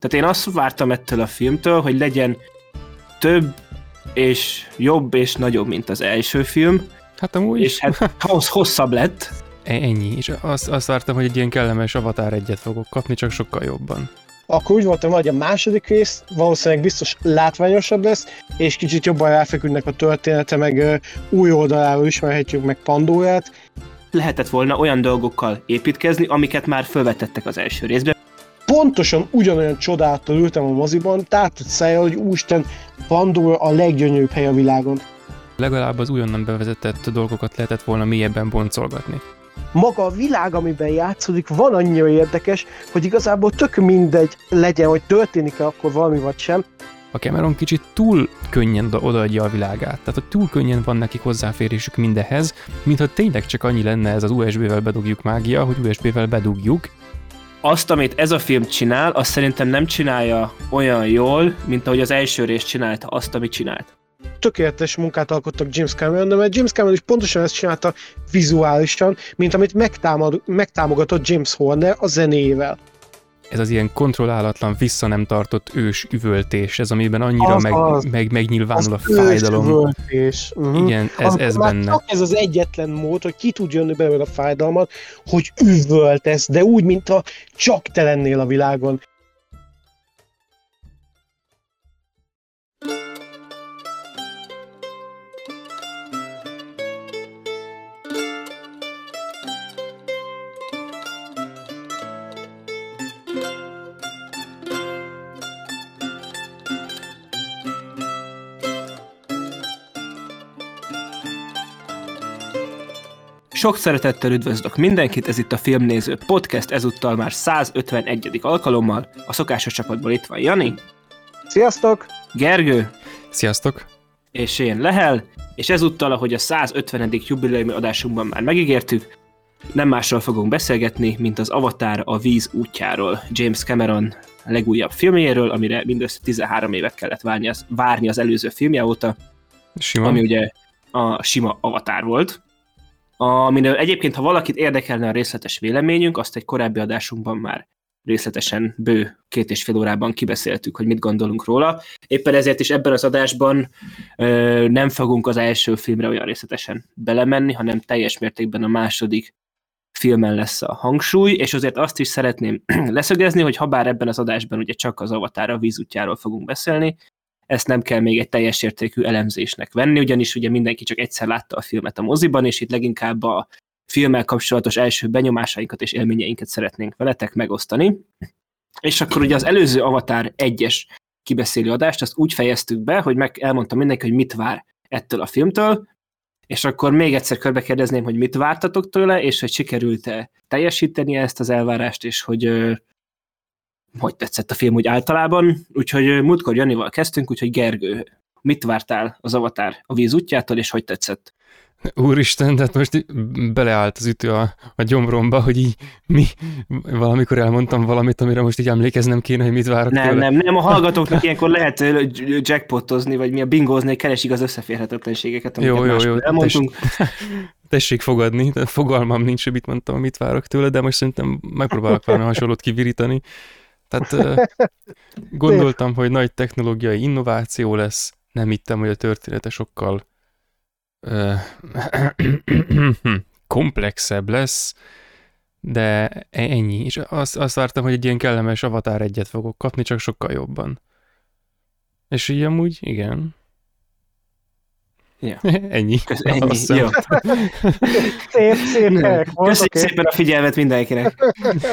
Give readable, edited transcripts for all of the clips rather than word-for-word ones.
Tehát én azt vártam ettől a filmtől, hogy legyen több és jobb és nagyobb, mint az első film. Hát amúgy... És hát hosszabb lett. Ennyi. És azt vártam, hogy egy ilyen kellemes Avatar 1-et fogok kapni, csak sokkal jobban. Akkor úgy voltam, hogy a második rész valószínűleg biztos látványosabb lesz, és kicsit jobban ráfeküdnek a története, meg új oldaláról ismerhetjük meg Pandórát. Lehetett volna olyan dolgokkal építkezni, amiket már felvetettek az első részben. Pontosan ugyanolyan csodálattal ültem a moziban, tátott szájjal, hogy úristen, Pandóra a leggyönyörűbb hely a világon. Legalább az újonnan bevezetett dolgokat lehetett volna mélyebben boncolgatni. Maga a világ, amiben játszódik, van annyira érdekes, hogy igazából tök mindegy legyen, hogy történik-e akkor valami vagy sem. A Cameron kicsit túl könnyen odaadja a világát, tehát hogy túl könnyen van nekik hozzáférésük mindehez, mintha tényleg csak annyi lenne ez az USB-vel bedugjuk mágia, hogy USB-vel bedugjuk. Azt, amit ez a film csinál, azt szerintem nem csinálja olyan jól, mint ahogy az első rész csinálta azt, amit csinált. Tökéletes munkát alkottak James Cameron, de mert James Cameron is pontosan ezt csinálta vizuálisan, mint amit megtámogatott James Horner a zenéjével. Ez az ős vissza nem tartott ős üvöltés, ez amiben annyira megnyilvánul a fájdalom. Üvöltés. Igen, ez benne. Csak ez az egyetlen mód, hogy ki tud jönni belőle a fájdalmat, hogy üvöltesz, de úgy, mintha csak te lennél a világon. Sok szeretettel üdvözlök mindenkit, ez itt a Filmnéző Podcast, ezúttal már 151. alkalommal. A szokásos csapatból itt van Jani. Sziasztok! Gergő. Sziasztok! És én Lehel, és ezúttal, ahogy a 150. jubileumi adásunkban már megígértük, nem másról fogunk beszélgetni, mint az Avatar a víz útjáról, James Cameron legújabb filmjéről, amire mindössze 13 évet kellett várni az előző filmje óta, ami ugye a sima Avatar volt. Aminől egyébként, ha valakit érdekelne a részletes véleményünk, azt egy korábbi adásunkban már részletesen bő 2,5 órában kibeszéltük, hogy mit gondolunk róla. Éppen ezért is ebben az adásban nem fogunk az első filmre olyan részletesen belemenni, hanem teljes mértékben a második filmen lesz a hangsúly, és azért azt is szeretném leszögezni, hogy habár ebben az adásban ugye csak az Avatar a víz útjáról fogunk beszélni, ezt nem kell még egy teljes értékű elemzésnek venni, ugyanis ugye mindenki csak egyszer látta a filmet a moziban, és itt leginkább a filmmel kapcsolatos első benyomásainkat és élményeinket szeretnénk veletek megosztani. És akkor ugye az előző Avatar 1-es kibeszélő adást, azt úgy fejeztük be, hogy elmondtam mindenki, hogy mit vár ettől a filmtől, és akkor még egyszer körbe kérdezném, hogy mit vártatok tőle, és hogy sikerült-e teljesíteni ezt az elvárást, és hogy tetszett a film úgy általában. Úgyhogy múltkor Janival kezdtünk, úgyhogy Gergő, mit vártál az Avatar a víz útjától, és hogy tetszett? Úristen, tehát most beleállt az ütő a gyomromba, hogy így valamikor elmondtam valamit, amire most így emlékeznem kéne, hogy mit várok tőle. Nem, a hallgatóknak ilyenkor lehet jackpotozni, vagy mi a bingozni, keresik az összeférhetetlenségeket, amiket máskor elmondtunk. Tessék fogadni, fogalmam nincs, hogy mit mondtam, mit várok tőle, de most szerintem megpróbálok valami hasonlót kivirítani. Tehát gondoltam, hogy nagy technológiai innováció lesz, nem hittem, hogy a története sokkal komplexebb lesz, de ennyi. És azt vártam, hogy egy ilyen kellemes Avatar 1-et fogok kapni, csak sokkal jobban. És így amúgy, igen. Ja. Ennyi. Ennyi. Jó. Szép helyek volt. Köszönjük szépen a figyelmet mindenkinek.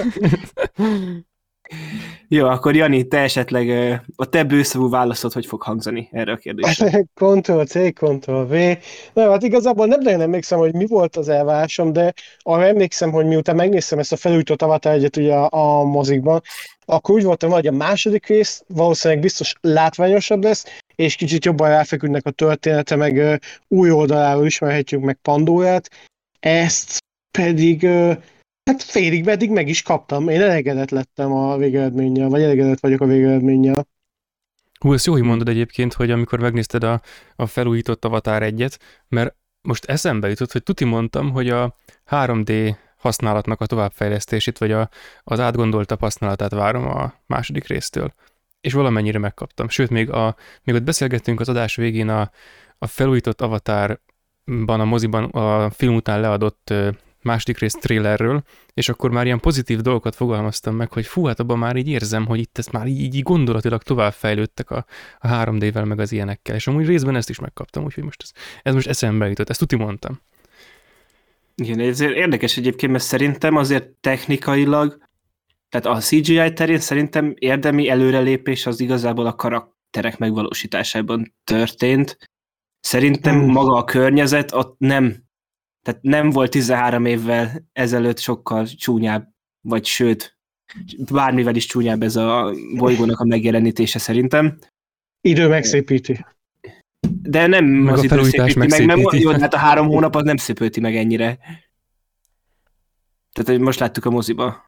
Jó, akkor Jani, te esetleg a te bőszavú válaszod hogy fog hangzani erre a kérdésre? Ctrl-C, Ctrl-V. Nem, hát igazából nem nagyon emlékszem, hogy mi volt az elvárásom, de arra emlékszem, hogy miután megnéztem ezt a felújított Avatar 1-et ugye a mozikban, akkor úgy voltam, hogy a második rész valószínűleg biztos látványosabb lesz, és kicsit jobban ráfeküdnek a története, meg új oldaláról ismerhetjük meg Pandórát. Ezt pedig hát félig meddig meg is kaptam. Én elégedett lettem a végeredménnyel, vagy elégedett vagyok a végeredménnyel. Hú, ezt jó, hogy mondod egyébként, hogy amikor megnézted a felújított Avatar 1-et, mert most eszembe jutott, hogy tuti mondtam, hogy a 3D használatnak a továbbfejlesztését, vagy az átgondoltabb használatát várom a második résztől. És valamennyire megkaptam. Sőt, még ott beszélgettünk az adás végén a felújított Avatarban, a moziban a film után leadott második rész trailerről, és akkor már ilyen pozitív dolgokat fogalmaztam meg, hogy fú, hát abban már így érzem, hogy itt ezt már így gondolatilag továbbfejlődtek a 3D-vel, meg az ilyenekkel, és amúgy részben ezt is megkaptam, úgyhogy ez most eszembe jutott, ezt tuti mondtam. Igen, ez érdekes egyébként, mert szerintem azért technikailag, tehát a CGI terén szerintem érdemi előrelépés az igazából a karakterek megvalósításában történt. Szerintem maga a környezet ott nem volt 13 évvel ezelőtt sokkal csúnyább, vagy sőt, bármivel is csúnyább ez a bolygónak a megjelenítése szerintem. Idő megszépíti. De nem meg az a idő szépíti meg, mert jó, hát a 3 hónap az nem szépíti meg ennyire. Tehát, hogy most láttuk a moziba.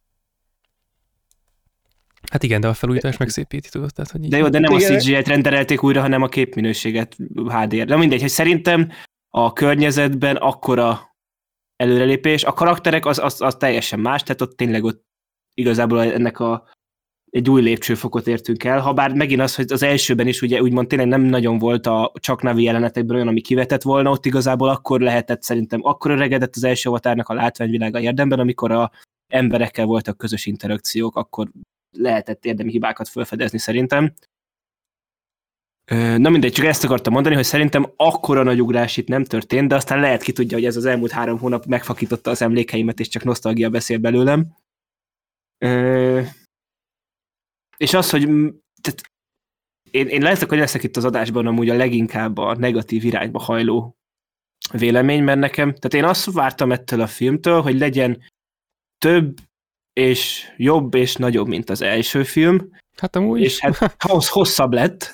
Hát igen, de a felújítás megszépíti, tudod? Tehát, hogy így... De jó, de nem a CGI-t renderelték újra, hanem a képminőséget HDR. De mindegy, hogy szerintem a környezetben akkora előrelépés, a karakterek az teljesen más, tehát ott tényleg ott igazából ennek egy új lépcsőfokot értünk el, ha bár megint az, hogy az elsőben is ugye úgymond tényleg nem nagyon volt a csak Navi jelenetekben olyan, ami kivetett volna, ott igazából akkor lehetett szerintem, akkor öregedett az első Avatárnak a látványvilága érdemben, amikor a emberekkel voltak közös interakciók, akkor lehetett érdemi hibákat felfedezni szerintem. Na mindegy, csak ezt akartam mondani, hogy szerintem akkora nagy ugrás itt nem történt, de aztán lehet ki tudja, hogy ez az elmúlt 3 hónap megfakította az emlékeimet, és csak nosztalgia beszél belőlem. És az, hogy tehát én lehetek, hogy leszek itt az adásban amúgy a leginkább a negatív irányba hajló vélemény, mert nekem, tehát én azt vártam ettől a filmtől, hogy legyen több és jobb és nagyobb, mint az első film. Hát amúgy. És hát hosszabb lett.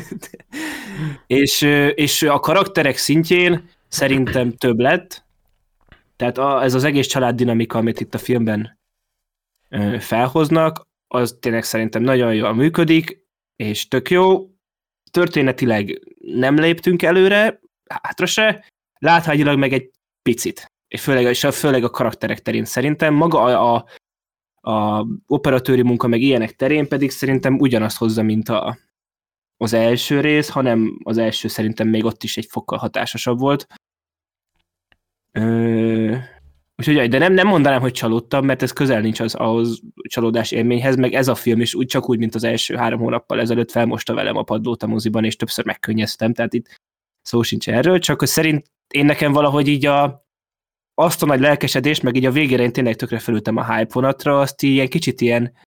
és a karakterek szintjén szerintem több lett. Tehát ez az egész családdinamika, amit itt a filmben felhoznak, az tényleg szerintem nagyon jól működik, és tök jó. Történetileg nem léptünk előre, hátra se, látványilag meg egy picit. És főleg a karakterek terén szerintem. Maga a operatőri munka meg ilyenek terén pedig szerintem ugyanazt hozza, mint az első rész, hanem az első szerintem még ott is egy fokkal hatásosabb volt. Úgyhogy, de nem mondanám, hogy csalódtam, mert ez közel nincs ahhoz csalódás élményhez, meg ez a film is csak úgy, mint az első 3 hónappal ezelőtt felmosta velem a padlót a moziban, és többször megkönnyeztem, tehát itt szó sincs erről, csak hogy szerint én nekem valahogy így azt a nagy lelkesedést, meg így a végére én tényleg tökre felültem a hype vonatra, azt ilyen kicsit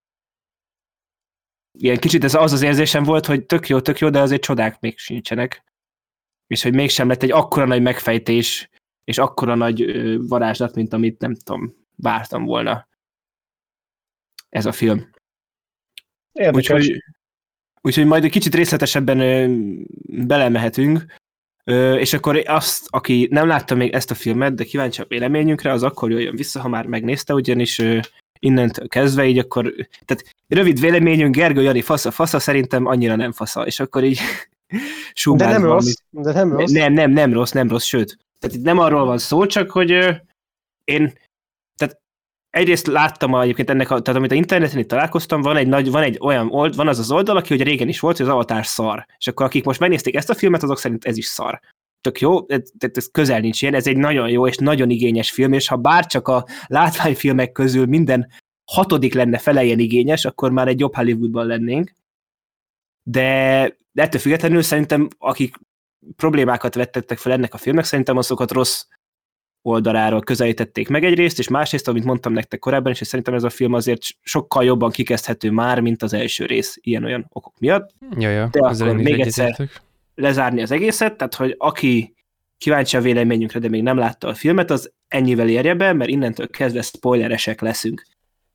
ez az érzésem volt, hogy tök jó, de azért csodák még sincsenek. És hogy mégsem lett egy akkora nagy megfejtés, és akkora nagy varázslat, mint amit nem tudom, vártam volna ez a film. Úgyhogy majd egy kicsit részletesebben belemehetünk, és akkor azt, aki nem látta még ezt a filmet, de kíváncsi a véleményünkre, az akkor jöjjön vissza, ha már megnézte, ugyanis innentől kezdve így akkor, tehát rövid véleményünk, Gergő Jani fasza, szerintem annyira nem fasza, és akkor így de nem rossz, Nem rossz, sőt. Tehát itt nem arról van szó, csak hogy én, tehát egyrészt láttam egyébként tehát amit a interneten itt találkoztam, van az oldal, aki ugye régen is volt, hogy az Avatar szar. És akkor akik most megnézték ezt a filmet, azok szerint ez is szar. Tök jó, ez közel nincs ilyen, ez egy nagyon jó és nagyon igényes film, és ha bárcsak a látványfilmek közül minden 6. lenne fele ilyen igényes, akkor már egy jobb Hollywoodban lennénk. De ettől függetlenül szerintem, akik problémákat vettettek fel ennek a filmnek, szerintem azokat rossz oldaláról közelítették meg egyrészt, és másrészt, amit mondtam nektek korábban is, és szerintem ez a film azért sokkal jobban kikezdhető már, mint az első rész ilyen-olyan okok miatt. Ja, de akkor még egyszer lezárni az egészet, tehát hogy aki kíváncsi a véleményünkre, de még nem látta a filmet, az ennyivel érje be, mert innentől kezdve spoileresek leszünk.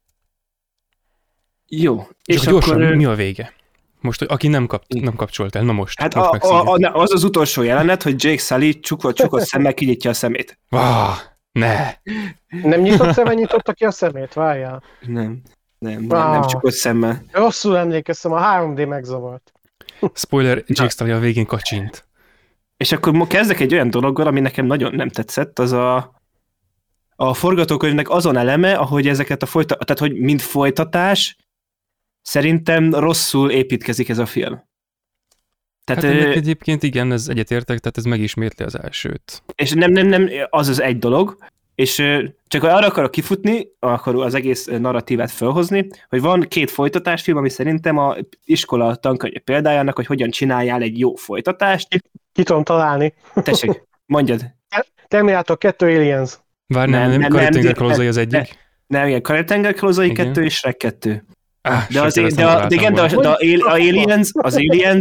Jó. És akkor gyorsan, mi a vége? Most, aki nem kapcsolt el, na most. Hát most az utolsó jelenet, hogy Jake Sully csukott szemmel kinyitja a szemét. Ne! Nem nyitott szemmel, nyitotta ki a szemét, várjál. Nem csukott szemmel. Rosszul emlékeztem, a 3D megzavart. Spoiler, Jake Sully a végén kacsint. És akkor kezdek egy olyan dologgal, ami nekem nagyon nem tetszett, az a forgatókönyvnek azon eleme, ahogy ezeket tehát hogy mint folytatás, szerintem rosszul építkezik ez a film. Tehát hát ennek egyébként igen, ez egyetértek, tehát ez megismétli az elsőt. És nem, az egy dolog, és csak arra akarok kifutni, akkor az egész narratívát felhozni, hogy van 2 folytatásfilm, ami szerintem a iskola tankönyv példájának, hogy hogyan csináljál egy jó folytatást. Ki tudom találni. Tessék, mondjad. Terminator 2 Aliens. Várj, nem Karel-tenger kalózai az egyik? Nem, igen, Karel-tenger kalózai 2 és Shrek 2. De az Aliens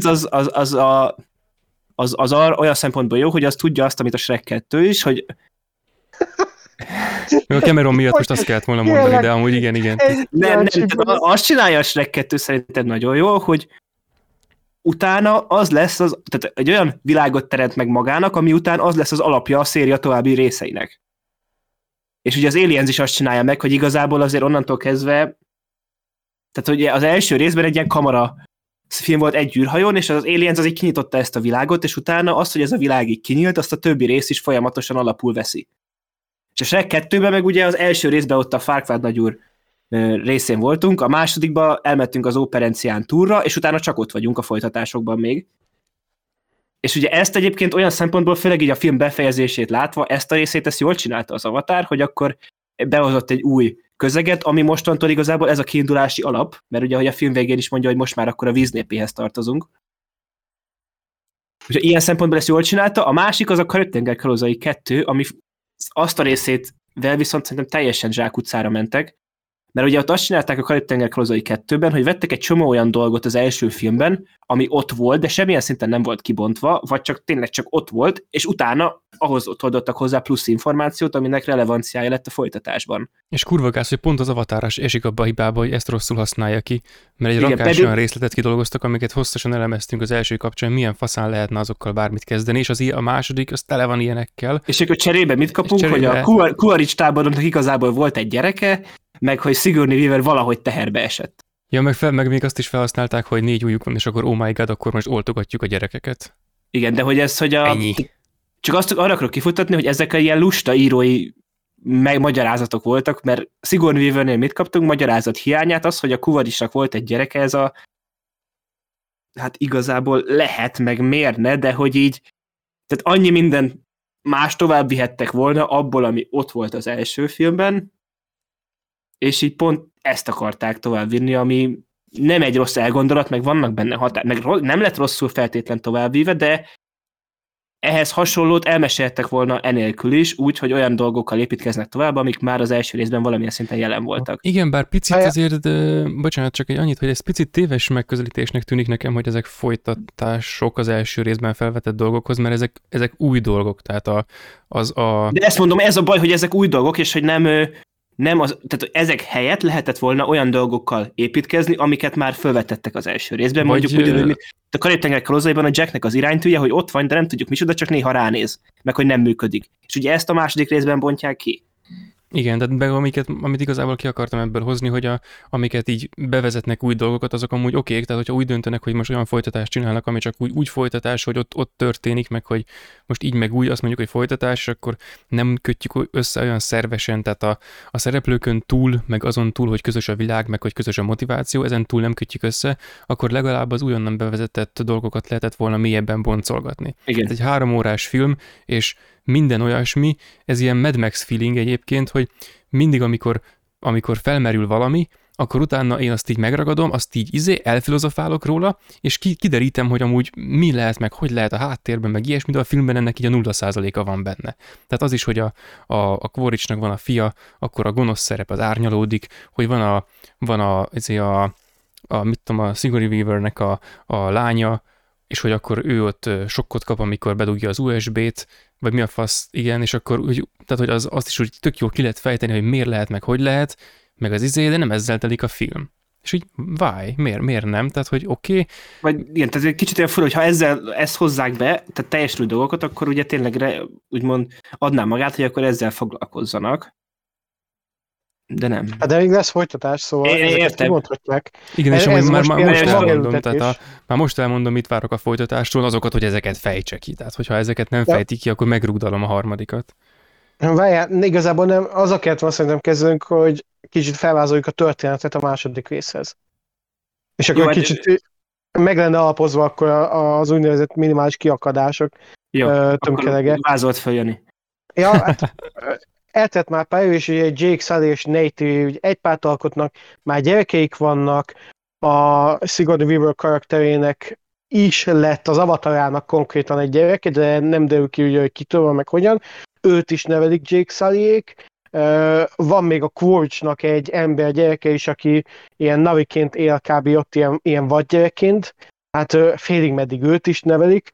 az olyan szempontból jó, hogy az tudja azt, amit a Shrek 2 is, hogy a Cameron miatt most azt kellett volna mondani, de amúgy igen. Nem, azt csinálja a Shrek 2 szerintem nagyon jó, hogy utána az lesz, tehát egy olyan világot teremt meg magának, ami után az lesz az alapja a széria további részeinek. És ugye az Aliens is azt csinálja meg, hogy igazából azért onnantól kezdve, tehát ugye az első részben egy ilyen kamera film volt egy űrhajón, és az Aliens az így kinyitotta ezt a világot, és utána azt, hogy ez a világ így kinyílt, azt a többi rész is folyamatosan alapul veszi. És a Shrek 2-ben meg ugye az első részben ott a Farquaad nagyúr részén voltunk, a másodikban elmentünk az Operencián túrra, és utána csak ott vagyunk a folytatásokban még. És ugye ezt egyébként olyan szempontból, főleg így a film befejezését látva, ezt a részét ezt jól csinálta az Avatar, hogy akkor behozott egy új közeget, ami mostantól igazából ez a kiindulási alap, mert ugye, hogy a film végén is mondja, hogy most már akkor a víznépéhez tartozunk. Úgyhogy ilyen szempontból ezt jól csinálta. A másik az a Karel-tenger kalózai 2, ami azt a részétvel viszont szerintem teljesen zsákutcára mentek, mert ugye ott azt csinálták a Karel-tenger kalózai 2-ben, hogy vettek egy csomó olyan dolgot az első filmben, ami ott volt, de semmilyen szinten nem volt kibontva, vagy csak tényleg csak ott volt, és utána ahhoz oldottak hozzá plusz információt, aminek relevanciája lett a folytatásban. És kurva gáz, hogy pont az Avatáros esik abba a hibába, hogy ezt rosszul használja ki, mert egy rakás olyan részletet kidolgoztak, amiket hosszasan elemeztünk az első kapcsán, milyen faszán lehetne azokkal bármit kezdeni, és a második, az tele van ilyenekkel. És akkor cserébe mit kapunk, hogy a Quaritch tábornoknak igazából volt egy gyereke, meg hogy Sigourney Weaver valahogy teherbe esett. Ja, meg még azt is felhasználták, hogy 4 ujjuk van, és akkor oh my god, akkor most oltogatjuk a gyerekeket. Igen, de hogy ez, hogy Ennyi. Csak azt arra akarok kifutatni, hogy ezek a ilyen lusta írói magyarázatok voltak, mert Sigourney Weavernél mit kaptunk? Magyarázat hiányát, az, hogy a Quaritchnak volt egy gyereke, ez a hát igazából lehet, meg miért ne, de hogy így tehát annyi minden más tovább vihettek volna abból, ami ott volt az első filmben, és így pont ezt akarták továbbvinni, ami nem egy rossz elgondolat, meg vannak benne meg nem lett rosszul feltétlen továbbvíve, de ehhez hasonlót elmeséltek volna enélkül is, úgy, hogy olyan dolgokkal építkeznek tovább, amik már az első részben valamilyen szinten jelen voltak. Igen, bár picit azért, bocsánat, csak egy annyit, hogy ez picit téves megközelítésnek tűnik nekem, hogy ezek folytatások az első részben felvetett dolgokhoz, mert ezek új dolgok, tehát De ezt mondom, ez a baj, hogy ezek új dolgok, és hogy tehát ezek helyett lehetett volna olyan dolgokkal építkezni, amiket már felvetettek az első részben. Mondjuk ugyanúgy, mint a Karel-tenger kalózaiban a Jacknek az iránytűje, hogy ott van, de nem tudjuk micsoda, csak néha ránéz, meg hogy nem működik. És ugye ezt a második részben bontják ki. Igen, de amit igazából ki akartam ebből hozni, hogy amiket így bevezetnek új dolgokat, azok amúgy okék, tehát hogyha úgy döntenek, hogy most olyan folytatást csinálnak, ami csak úgy folytatás, hogy ott történik, meg hogy most így meg úgy, azt mondjuk, hogy folytatás, és akkor nem kötjük össze olyan szervesen, tehát a szereplőkön túl, meg azon túl, hogy közös a világ, meg hogy közös a motiváció, ezen túl nem kötjük össze, akkor legalább az újonnan bevezetett dolgokat lehetett volna mélyebben boncolgatni. Igen. Ez egy 3 órás film, és minden olyasmi, ez ilyen Mad Max feeling egyébként, hogy mindig, amikor felmerül valami, akkor utána én azt így megragadom, azt így elfilozofálok róla, és kiderítem, hogy amúgy mi lehet, meg hogy lehet a háttérben, meg ilyesmi, de a filmben ennek így a 0%-a van benne. Tehát az is, hogy a Quaritchnak van a fia, akkor a gonosz szerep az árnyalódik, hogy van a Sigourney Weavernek a lánya, és hogy akkor ő ott sokkot kap, amikor bedugja az USB-t, vagy mi a fasz, igen, és akkor tehát, hogy azt is úgy tök jól ki lehet fejteni, hogy miért lehet, meg hogy lehet, meg az de nem ezzel telik a film. És így, miért nem? Tehát, hogy oké. Vagy igen, tehát egy kicsit olyan fura, hogy ha ezt hozzák be, tehát teljesülő dolgokat, akkor ugye tényleg úgymond adnám magát, hogy akkor ezzel foglalkozzanak. De nem. Hát de még lesz folytatás, szóval ezeket kimondhatják. Igen, és már most elmondom, mit várok a folytatástól, azokat, hogy ezeket fejtse ki. Tehát, hogyha ezeket nem fejtik ki, akkor megrúgdalom a harmadikat. Várjál, igazából nem, az a kellett volna szerintem kezdenünk, hogy kicsit felvázoljuk a történetet a második részhez. És akkor Jó, hát, kicsit meg lenne alapozva akkor az úgynevezett minimális kiakadások jó, akkor tömkelege. vázolt fel, Jani. Ja, hát eltett már pár év, és ugye Jake Sully és Nate ugye egy párt alkotnak, már gyerekeik vannak, a Sigourney Weaver karakterének is lett az avatarának konkrétan egy gyereke, de nem derül ki, ugye, hogy kitől van, meg hogyan. Őt is nevelik Jake Sullyék. Van még a Quaritchnak egy ember gyereke is, aki ilyen naviként él kb. Ott ilyen vadgyerekként. Hát félig meddig őt is nevelik.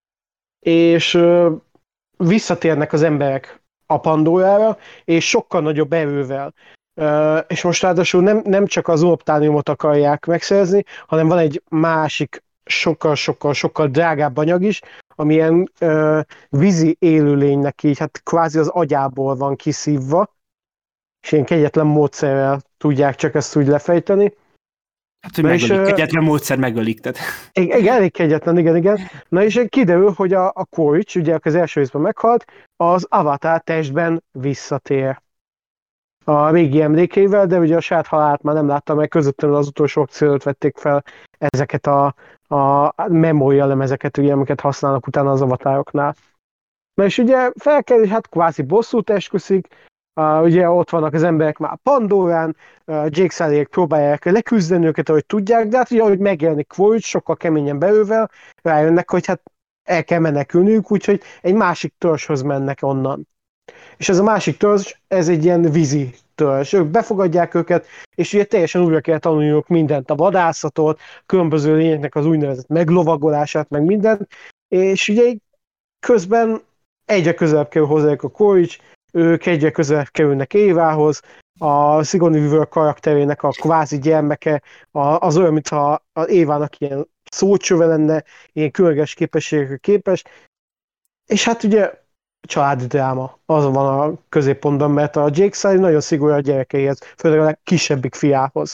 És visszatérnek az emberek a Pandorára, és sokkal nagyobb erővel. És most ráadásul nem csak az unoptániumot akarják megszerzni, hanem van egy másik sokkal drágább anyag is, amilyen vízi élőlénynek így, hát kvázi az agyából van kiszívva, és ilyen kegyetlen módszerrel tudják csak ezt úgy lefejteni. Hát, hogy megölik. Kegyetlen módszer megölik. Tehát. Igen, elég kegyetlen, igen. Na és kiderül, hogy a Quaritch, ugye az első részben meghalt, az Avatar testben visszatér. A régi emlékeivel, de ugye a saját halált már nem láttam, mert közöttől az utolsó akciót vették fel ezeket a memória lemezeket, ugye, amiket használnak utána az avatároknál. Na és ugye felkerül, hát kvázi bosszút esküszik, ugye ott vannak az emberek már Pandorán, Jake Sullyék próbálják leküzdeni őket, ahogy tudják, de hát ugye, ahogy megjelenik Quaritch, sokkal keményen belővel, rájönnek, hogy hát el kell menekülniük, úgyhogy egy másik törzshöz mennek onnan. És ez a másik törzs, ez egy ilyen vízi törzs. Ők befogadják őket, és ugye teljesen újra kell tanulniuk mindent, a vadászatot, különböző lényeknek az úgynevezett meglovagolását, meg mindent, és ugye közben egyre közelebb kerül hozzájuk a Quaritch, ők egyre közelebb kerülnek Évához, a Sigourney Weaver karakterének a kvázi gyermeke, az olyan, mintha az Évának ilyen szócsöve lenne, ilyen különleges képességekre képes, és hát ugye családi dráma, az van a középpontban, mert a Jake Sully nagyon szigorú a gyerekeihez, főleg a legkisebbik fiához.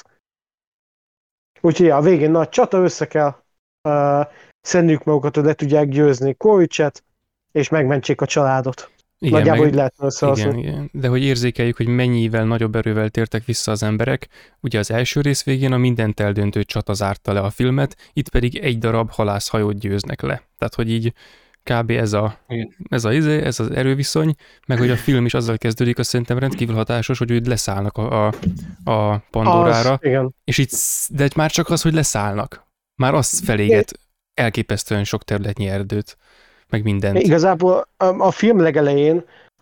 Úgyhogy a végén nagy csata, össze kell szedniük magukat, hogy le tudják győzni Quaritchet, és megmentsék a családot. Igen, Nagyjából így lehetne összehozni. Igen, de hogy érzékeljük, hogy mennyivel nagyobb erővel tértek vissza az emberek, ugye az első rész végén a mindent eldöntő csata zárta le a filmet, itt pedig egy darab halászhajót győznek le. Tehát, hogy így kb. Ez az erőviszony, meg hogy a film is azzal kezdődik, azt szerintem rendkívül hatásos, hogy úgy leszállnak a Pandorára, és itt, de már csak az, hogy leszállnak. Már az feléget elképesztően sok területnyi erdőt, meg mindent. Igazából a film legelején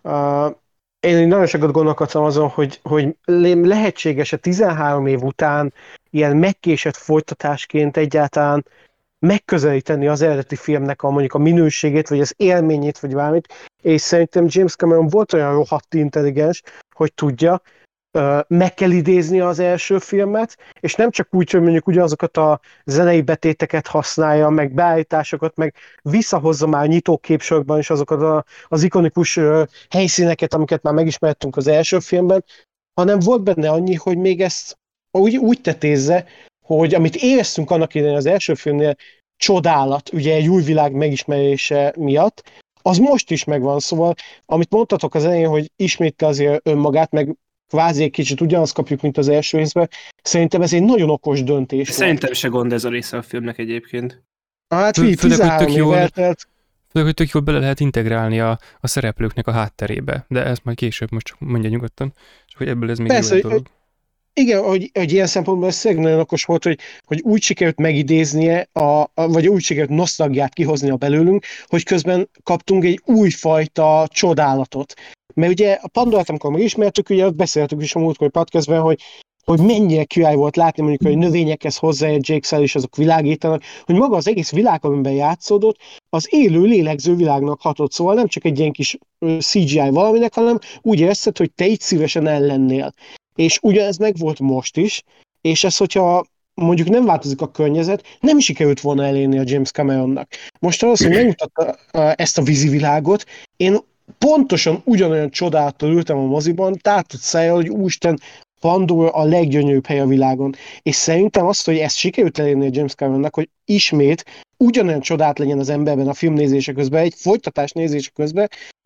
én nagyon sokat gondolkodtam azon, hogy lehetséges-e 13 év után ilyen megkésett folytatásként egyáltalán megközelíteni az eredeti filmnek mondjuk a minőségét, vagy az élményét, vagy valamit, és szerintem James Cameron volt olyan rohadt intelligens, hogy tudja, meg kell idézni az első filmet, és nem csak úgy, hogy mondjuk ugyanazokat a zenei betéteket használja, meg beállításokat, meg visszahozza már nyitóképsorokban is azokat az ikonikus helyszíneket, amiket már megismertünk az első filmben, hanem volt benne annyi, hogy még ezt úgy tetézze, hogy amit éreztünk annak idején az első filmnél, csodálat, ugye egy új világ megismerése miatt, az most is megvan, szóval amit mondtatok az elején, hogy ismétel azért önmagát, meg kvázi egy kicsit ugyanazt kapjuk, mint az első részben, szerintem ez egy nagyon okos döntés. Szerintem se gond ez a része a filmnek egyébként. Hát 13 év eltelt. Főleg, hogy tök jól bele lehet integrálni a szereplőknek a hátterébe, de ezt majd később most csak mondja nyugodtan, és hogy ebből ez még persze, jó dolog. Igen, hogy ilyen szempontból ez nagyon okos volt, hogy úgy sikerült megidéznie, vagy úgy sikerült nosztalgiát kihoznia belőlünk, hogy közben kaptunk egy újfajta csodálatot. Mert ugye a Pandorát, amikor megismertük, ugye ott beszéltük is a múltkori podcastben, hogy mennyire király volt látni, mondjuk, hogy növényekhez hozzáért Jake Sully, és azok világítanak, hogy maga az egész világ, amiben játszódott, az élő, lélegző világnak hatott, szóval nem csak egy ilyen kis CGI valaminek, hanem úgy érezted, hogy te így szívesen ellennél. És ugyanez meg volt most is, és ez, hogyha mondjuk nem változik a környezet, nem sikerült volna elérni a James Cameronnak. Most az, hogy megmutatta ezt a vízivilágot, én pontosan ugyanolyan csodálattal ültem a moziban, tátott szájjal, hogy úristen, Pandora a leggyönyörűbb hely a világon. És szerintem azt, hogy ezt sikerült elérni a James Cameronnak, hogy ismét ugyanolyan csodát legyen az emberben a film nézése közben, egy folytatás nézése közben,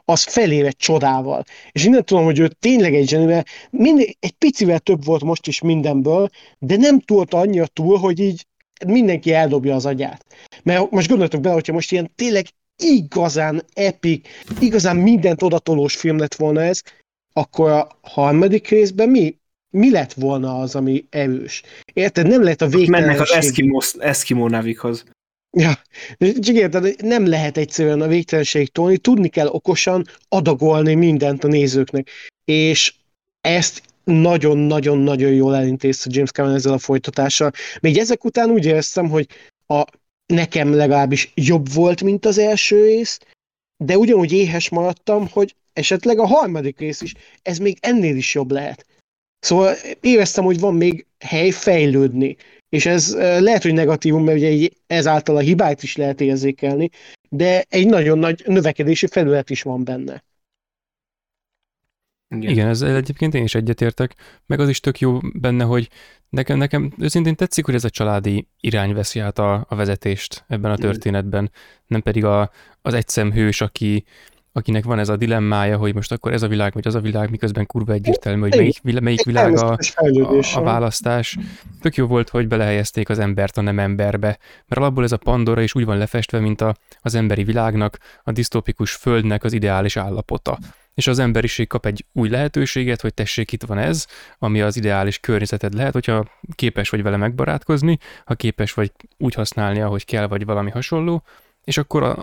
az felér csodával. És innen tudom, hogy ő tényleg egy zseni, mert egy picivel több volt most is mindenből, de nem tudta annyira túl, hogy így mindenki eldobja az agyát. Mert most gondoltok bele, hogyha most ilyen tényleg igazán epic, igazán mindent odatolós film lett volna ez, akkor a harmadik részben mi lett volna az, ami erős? Érted? Nem lehet a végtelenség... Mennek az Eskimo navikhoz. Ja, csak érted, nem lehet egyszerűen a végtelenség tolni, tudni kell okosan adagolni mindent a nézőknek. És ezt nagyon-nagyon-nagyon jól elintézte James Cameron ezzel a folytatással. Még ezek után úgy éreztem, hogy nekem legalábbis jobb volt, mint az első rész, de ugyanúgy éhes maradtam, hogy esetleg a harmadik rész is, ez még ennél is jobb lehet. Szóval éreztem, hogy van még hely fejlődni. És ez lehet, hogy negatívum, mert ugye ezáltal a hibát is lehet érzékelni, de egy nagyon nagy növekedési felület is van benne. Igen, ezzel egyébként én is egyetértek, meg az is tök jó benne, hogy nekem őszintén tetszik, hogy ez a családi irány veszi át a vezetést ebben a történetben, nem pedig az egyszemhős, akinek van ez a dilemmája, hogy most akkor ez a világ, vagy az a világ, miközben kurva egyértelmű, hogy melyik világ a választás. Tök jó volt, hogy belehelyezték az embert a nem emberbe, mert alapból ez a Pandora is úgy van lefestve, mint az emberi világnak, a disztópikus földnek az ideális állapota. És az emberiség kap egy új lehetőséget, hogy tessék, itt van ez, ami az ideális környezeted lehet, hogyha képes vagy vele megbarátkozni, ha képes vagy úgy használni, ahogy kell, vagy valami hasonló, és akkor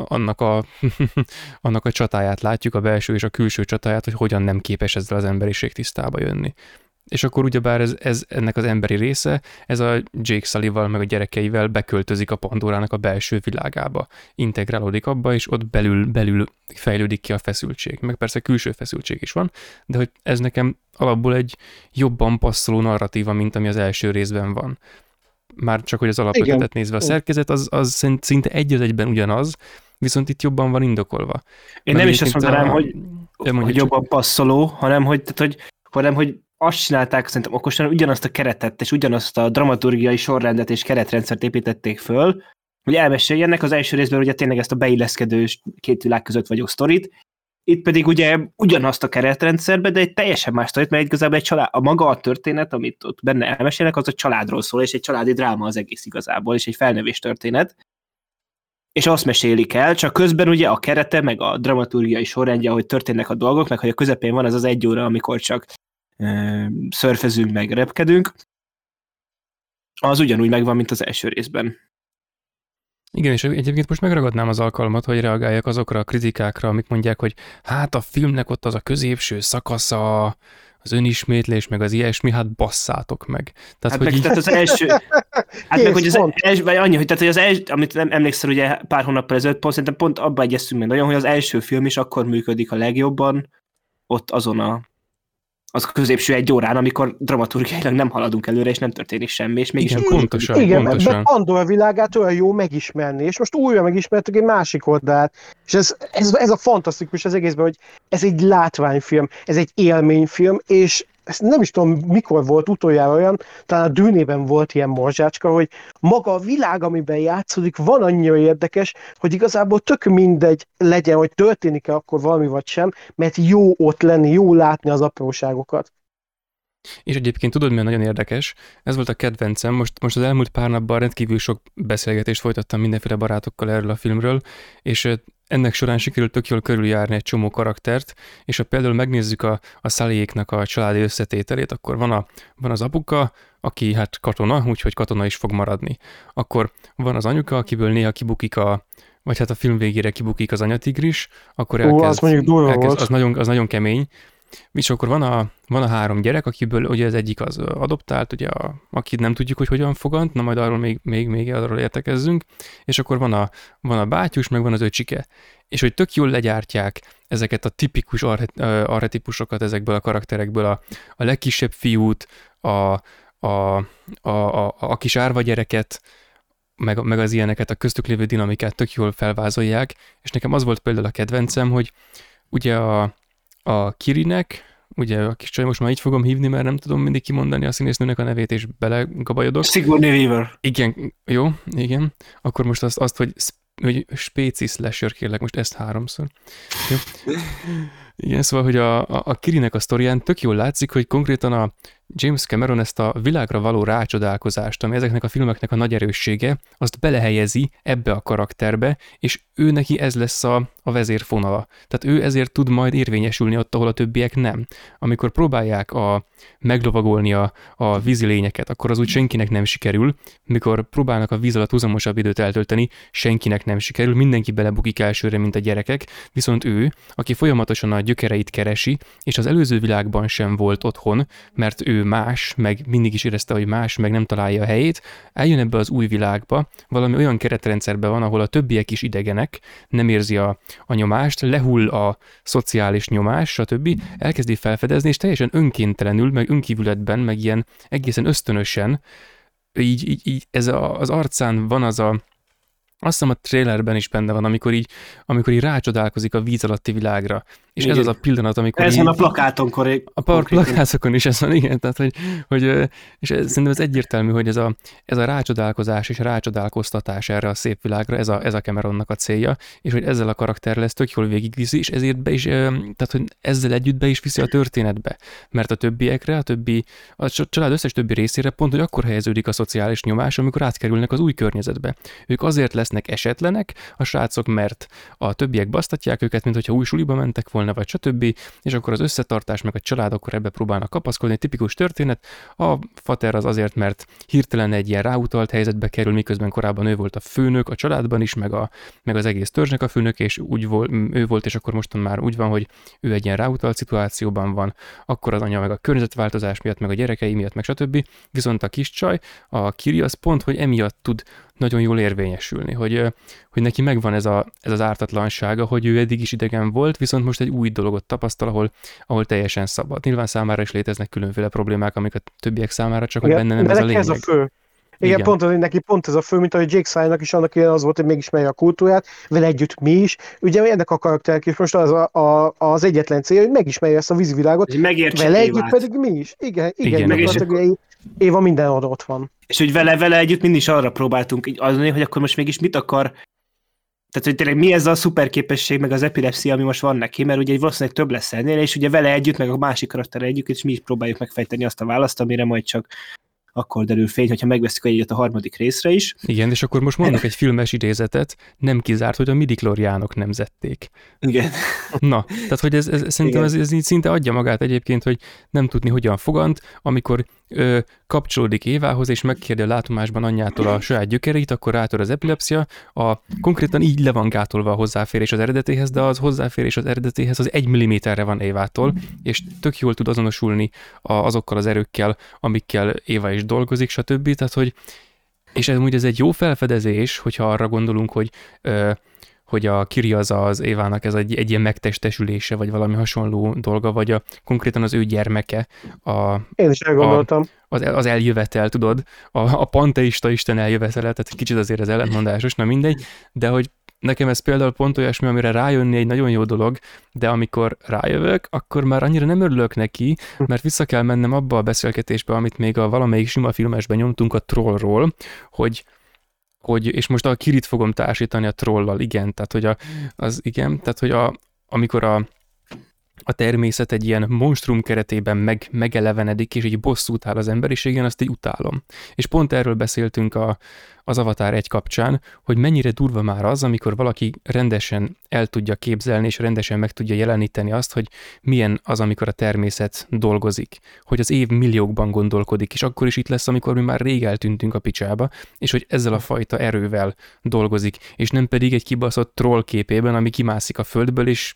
annak a csatáját látjuk, a belső és a külső csatáját, hogy hogyan nem képes ezzel az emberiség tisztába jönni. És akkor ugyebár ez ennek az emberi része, ez a Jake Sully-val meg a gyerekeivel beköltözik a Pandorának a belső világába, integrálódik abba, és ott belül fejlődik ki a feszültség. Meg persze külső feszültség is van, de hogy ez nekem alapból egy jobban passzoló narratíva, mint ami az első részben van. Már csak, hogy az alapötletet nézve a szerkezet, az szinte egy az egyben ugyanaz, viszont itt jobban van indokolva. Én nem is azt mondanám, hogy jobban passzoló, hanem hogy azt csinálták szerintem okosan, ugyanazt a keretet és ugyanazt a dramaturgiai sorrendet és keretrendszert építették föl, hogy elmeséljenek az első részben ugye tényleg ezt a beilleszkedő két világ között vagyó sztorit, itt pedig ugye ugyanazt a keretrendszerbe, de egy teljesen más sztorit, mert igazából a maga a történet, amit ott benne elmesélnek, az a családról szól, és egy családi dráma az egész igazából, és egy felnövés történet. És azt mesélik el, csak közben ugye a kerete, meg a dramaturgiai sorrendje, ahogy történnek a dolgok, meg hogy a közepén van az egy óra, amikor csak szörfezünk, meg repkedünk, az ugyanúgy megvan, mint az első részben. Igen, és egyébként most megragadnám az alkalmat, hogy reagáljak azokra a kritikákra, amik mondják, hogy hát a filmnek ott az a középső szakasza, az önismétlés, meg az ilyesmi, hát basszátok meg. Tehát, hát, tehát az első... Hát meg, hogy az első, vagy annyi, hogy, tehát, hogy az első, amit nem emlékszel, ugye pár hónappal ezelőtt, szerintem pont abba egyeztünk meg nagyon, hogy az első film is akkor működik a legjobban, ott azon az középső egy órán, amikor dramaturgiailag nem haladunk előre, és nem történik semmi, és mégis... Igen, pontosan. De Pandora világát olyan jó megismerni, és most újra megismertük egy másik oldalát, és ez a fantasztikus az egészben, hogy ez egy látványfilm, ez egy élményfilm, és ezt nem is tudom, mikor volt utoljára olyan, talán a Dűnében volt ilyen morzsácska, hogy maga a világ, amiben játszódik, van annyira érdekes, hogy igazából tök mindegy legyen, hogy történik-e akkor valami vagy sem, mert jó ott lenni, jó látni az apróságokat. És egyébként tudod, mi nagyon érdekes? Ez volt a kedvencem. Most az elmúlt pár napban rendkívül sok beszélgetést folytattam mindenféle barátokkal erről a filmről, és ennek során sikerült tök jól körüljárni egy csomó karaktert, és ha például megnézzük a Sullyéknak a családi összetételét, akkor van az apuka, aki hát katona, úgyhogy katona is fog maradni. Akkor van az anyuka, akiből néha kibukik vagy hát a film végére kibukik az anyatigris, akkor az nagyon kemény. És akkor van a 3 gyerek, akiből ugye az egyik az adoptált, ugye akit nem tudjuk, hogy hogyan fogant, na majd arról még arról értekezzünk, és akkor van a bátyus, meg van az öcsike. És hogy tök jól legyártják ezeket a tipikus archetipusokat ezekből a karakterekből, a legkisebb fiút, a kis árva gyereket, meg az ilyeneket, a köztük lévő dinamikát tök jól felvázolják, és nekem az volt például a kedvencem, hogy ugye a Kirinek, ugye a kis csaj, most már így fogom hívni, mert nem tudom mindig kimondani a színésznőnek a nevét, és belegabajodok. Sigourney Weaver. Igen, jó, igen. Akkor most azt hogy hogy spéci slasher, kérlek, most ezt 3-szor. Jó. Igen, szóval, hogy a Kirinek a sztorián tök jól látszik, hogy konkrétan a James Cameron ezt a világra való rácsodálkozást, ami ezeknek a filmeknek a nagy erőssége, azt belehelyezi ebbe a karakterbe, és ő neki ez lesz a vezérfonala. Tehát ő ezért tud majd érvényesülni ott, ahol a többiek nem. Amikor próbálják meglovagolni a vízilényeket, akkor az úgy senkinek nem sikerül, mikor próbálnak a víz alatt huzamosabb időt eltölteni, senkinek nem sikerül, mindenki belebukik elsőre, mint a gyerekek, viszont ő, aki folyamatosan a gyökereit keresi, és az előző világban sem volt otthon, mert ő más, meg mindig is érezte, hogy más, meg nem találja a helyét, eljön ebbe az új világba, valami olyan keretrendszerben van, ahol a többiek is idegenek, nem érzi a nyomást, lehull a szociális nyomás, stb. Elkezdi felfedezni, és teljesen önkéntelenül, meg önkívületben, meg ilyen egészen ösztönösen, így az arcán van az azt hiszem a trailerben is benne van, amikor így rácsodálkozik a víz alatti világra. És igen. Ez az a pillanat, amikor ez van a plakáton a plakátokon is ez van, igen. Tehát, és szerintem ez egyértelmű, hogy ez a rácsodálkozás és rácsodálkoztatás erre a szép világra, ez a Cameronnak a célja, és hogy ezzel a karakterrel ez tök jól végigviszi, és ezért tehát, hogy ezzel együtt be is viszi a történetbe. Mert a többiekre, a család összes többi részére pont, hogy akkor helyeződik a szociális nyomás, amikor átkerülnek az új környezetbe. Ők azért lesznek esetlenek, a srácok, mert a többiek basztatják őket, mint hogyha új suliba mentek volna, vagy stb. És akkor az összetartás, meg a család akkor ebbe próbálnak kapaszkodni, tipikus történet. A fater az azért, mert hirtelen egy ilyen ráutalt helyzetbe kerül, miközben korábban ő volt a főnök a családban is, meg az egész törzsnek a főnök, és ő volt, és akkor mostan már úgy van, hogy ő egy ilyen ráutalt szituációban van, akkor az anya meg a környezetváltozás miatt, meg a gyerekei miatt, meg stb. Viszont a kis csaj, a Kiri az pont, hogy emiatt tud nagyon jól érvényesülni, hogy neki megvan ez az ártatlansága, hogy ő eddig is idegen volt, viszont most egy új dologot tapasztal, ahol teljesen szabad. Nyilván számára is léteznek különféle problémák, amik a többiek számára csak, hogy benne nem ez a lényeg. Ez a fő. Igen, pont neki pont ez a fő, mint ahogy Jake Sullynak is annak az volt, hogy megismerje a kultúrát, vele együtt mi is. Ugye ennek a karakternek is most az egyetlen célja, hogy megismerje ezt a vízvilágot, vele együtt pedig mi is. Igen. Éva minden ott van. És hogy vele együtt mindig is arra próbáltunk így adni, hogy akkor most mégis mit akar. Tehát, hogy tényleg mi ez a szuperképesség, meg az epilepszia, ami most van neki, mert ugye valószínűleg több lesz ennél, és ugye vele együtt, meg a másik karakterre együtt, és mi is próbáljuk megfejteni azt a választ, amire majd csak akkor derül fény, hogyha megveszik egyet a harmadik részre is. Igen, és akkor most mondok egy filmes idézetet, nem kizárt, hogy a midichloriánok nemzették. Igen. Na, tehát hogy ez szerintem ez így szinte adja magát egyébként, hogy nem tudni, hogyan fogant, amikor kapcsolódik Évához, és megkérdi a látomásban anyjától a saját gyökereit, akkor rátör az epilepsia, konkrétan így le van gátolva a hozzáférés az eredetéhez, de az hozzáférés az eredetéhez az 1 mm-re van Évától, és tök jól tud azonosulni azokkal az erőkkel, amikkel Éva is dolgozik, stb. Tehát, és ez egy jó felfedezés, hogyha arra gondolunk, hogy a Kiri az Évának ez egy ilyen megtestesülése, vagy valami hasonló dolga, vagy konkrétan az ő gyermeke. Én is elgondoltam. Az eljövetel, tudod? A panteista Isten eljövetele, tehát egy kicsit azért ez ellentmondásos, na mindegy, de hogy nekem ez például pont olyasmi, amire rájönni egy nagyon jó dolog, de amikor rájövök, akkor már annyira nem örülök neki, mert vissza kell mennem abba a beszélgetésbe, amit még a valamelyik sima filmesben nyomtunk a Trollról, hogy és most a Kirit fogom társítani a Trollal, igen, tehát hogy amikor a természet egy ilyen monstrum keretében megelevenedik, és így bosszút áll az emberiségen, azt így utálom. És pont erről beszéltünk az Avatar 1 kapcsán, hogy mennyire durva már az, amikor valaki rendesen el tudja képzelni, és rendesen meg tudja jeleníteni azt, hogy milyen az, amikor a természet dolgozik. Hogy az év milliókban gondolkodik, és akkor is itt lesz, amikor mi már rég eltűntünk a picsába, és hogy ezzel a fajta erővel dolgozik, és nem pedig egy kibaszott troll képében, ami kimászik a földből, és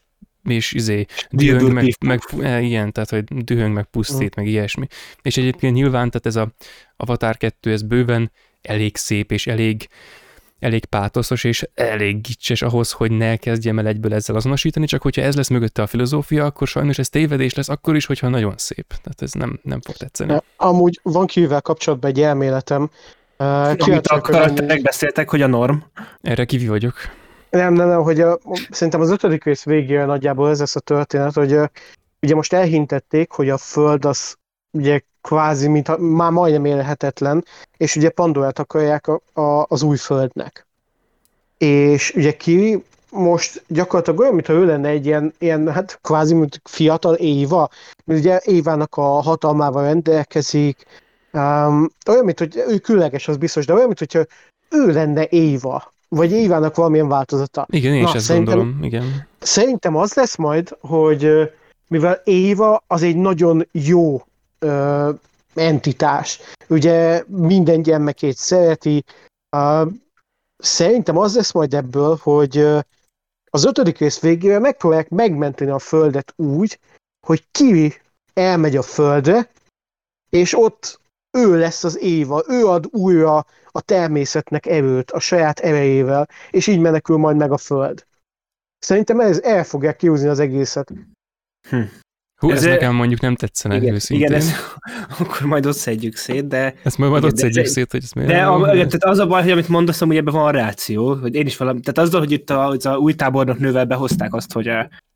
dühöng igen, tehát hogy dühöng meg pusztít, meg ilyesmi. És egyébként nyilván, tehát ez a Avatar 2, ez bőven elég szép, és elég pátoszos, és elég gicses ahhoz, hogy ne kezdjem el egyből ezzel azonosítani, csak hogyha ez lesz mögötte a filozófia, akkor sajnos ez tévedés lesz akkor is, hogyha nagyon szép. Tehát ez nem fog tetszeni. Amúgy van Kivivel kapcsolatban egy elméletem. Amit a karakterek beszéltek, hogy a norm. Erre Kivi vagyok. Nem, hogy szerintem az 5. rész végére nagyjából ez lesz a történet, hogy ugye most elhintették, hogy a Föld az ugye kvázi, mint már majdnem élhetetlen, és ugye Pandorát akarják az új Földnek. és ugye Kiri most gyakorlatilag olyan, mintha ő lenne egy ilyen hát kvázi, mint fiatal Éva, mert ugye Évának a hatalmával rendelkezik, olyan, mint hogy ő különleges, az biztos, de olyan, mint hogyha ő lenne Éva, vagy Évának valamilyen változata. Igen, én is ezt gondolom, igen. Szerintem az lesz majd, hogy mivel Éva az egy nagyon jó entitás, ugye minden gyermekét szereti, szerintem az lesz majd ebből, hogy az 5. rész végére megpróbálják megmenteni a Földet úgy, hogy Kiri elmegy a Földre, és ott ő lesz az Éva, ő ad újra a természetnek erőt, a saját erejével, és így menekül majd meg a Föld. Szerintem el fogják kiúzni az egészet. Hú, ez nekem mondjuk nem tetszene igen, őszintén. Igen, akkor majd ott szedjük szét, de... Ezt majd ott szedjük szét, hogy ez miért tehát az a baj, hogy amit mondasz, hogy ebben van ráció, hogy én is valami... Tehát azzal, hogy itt az új tábornok nővel behozták azt, hogy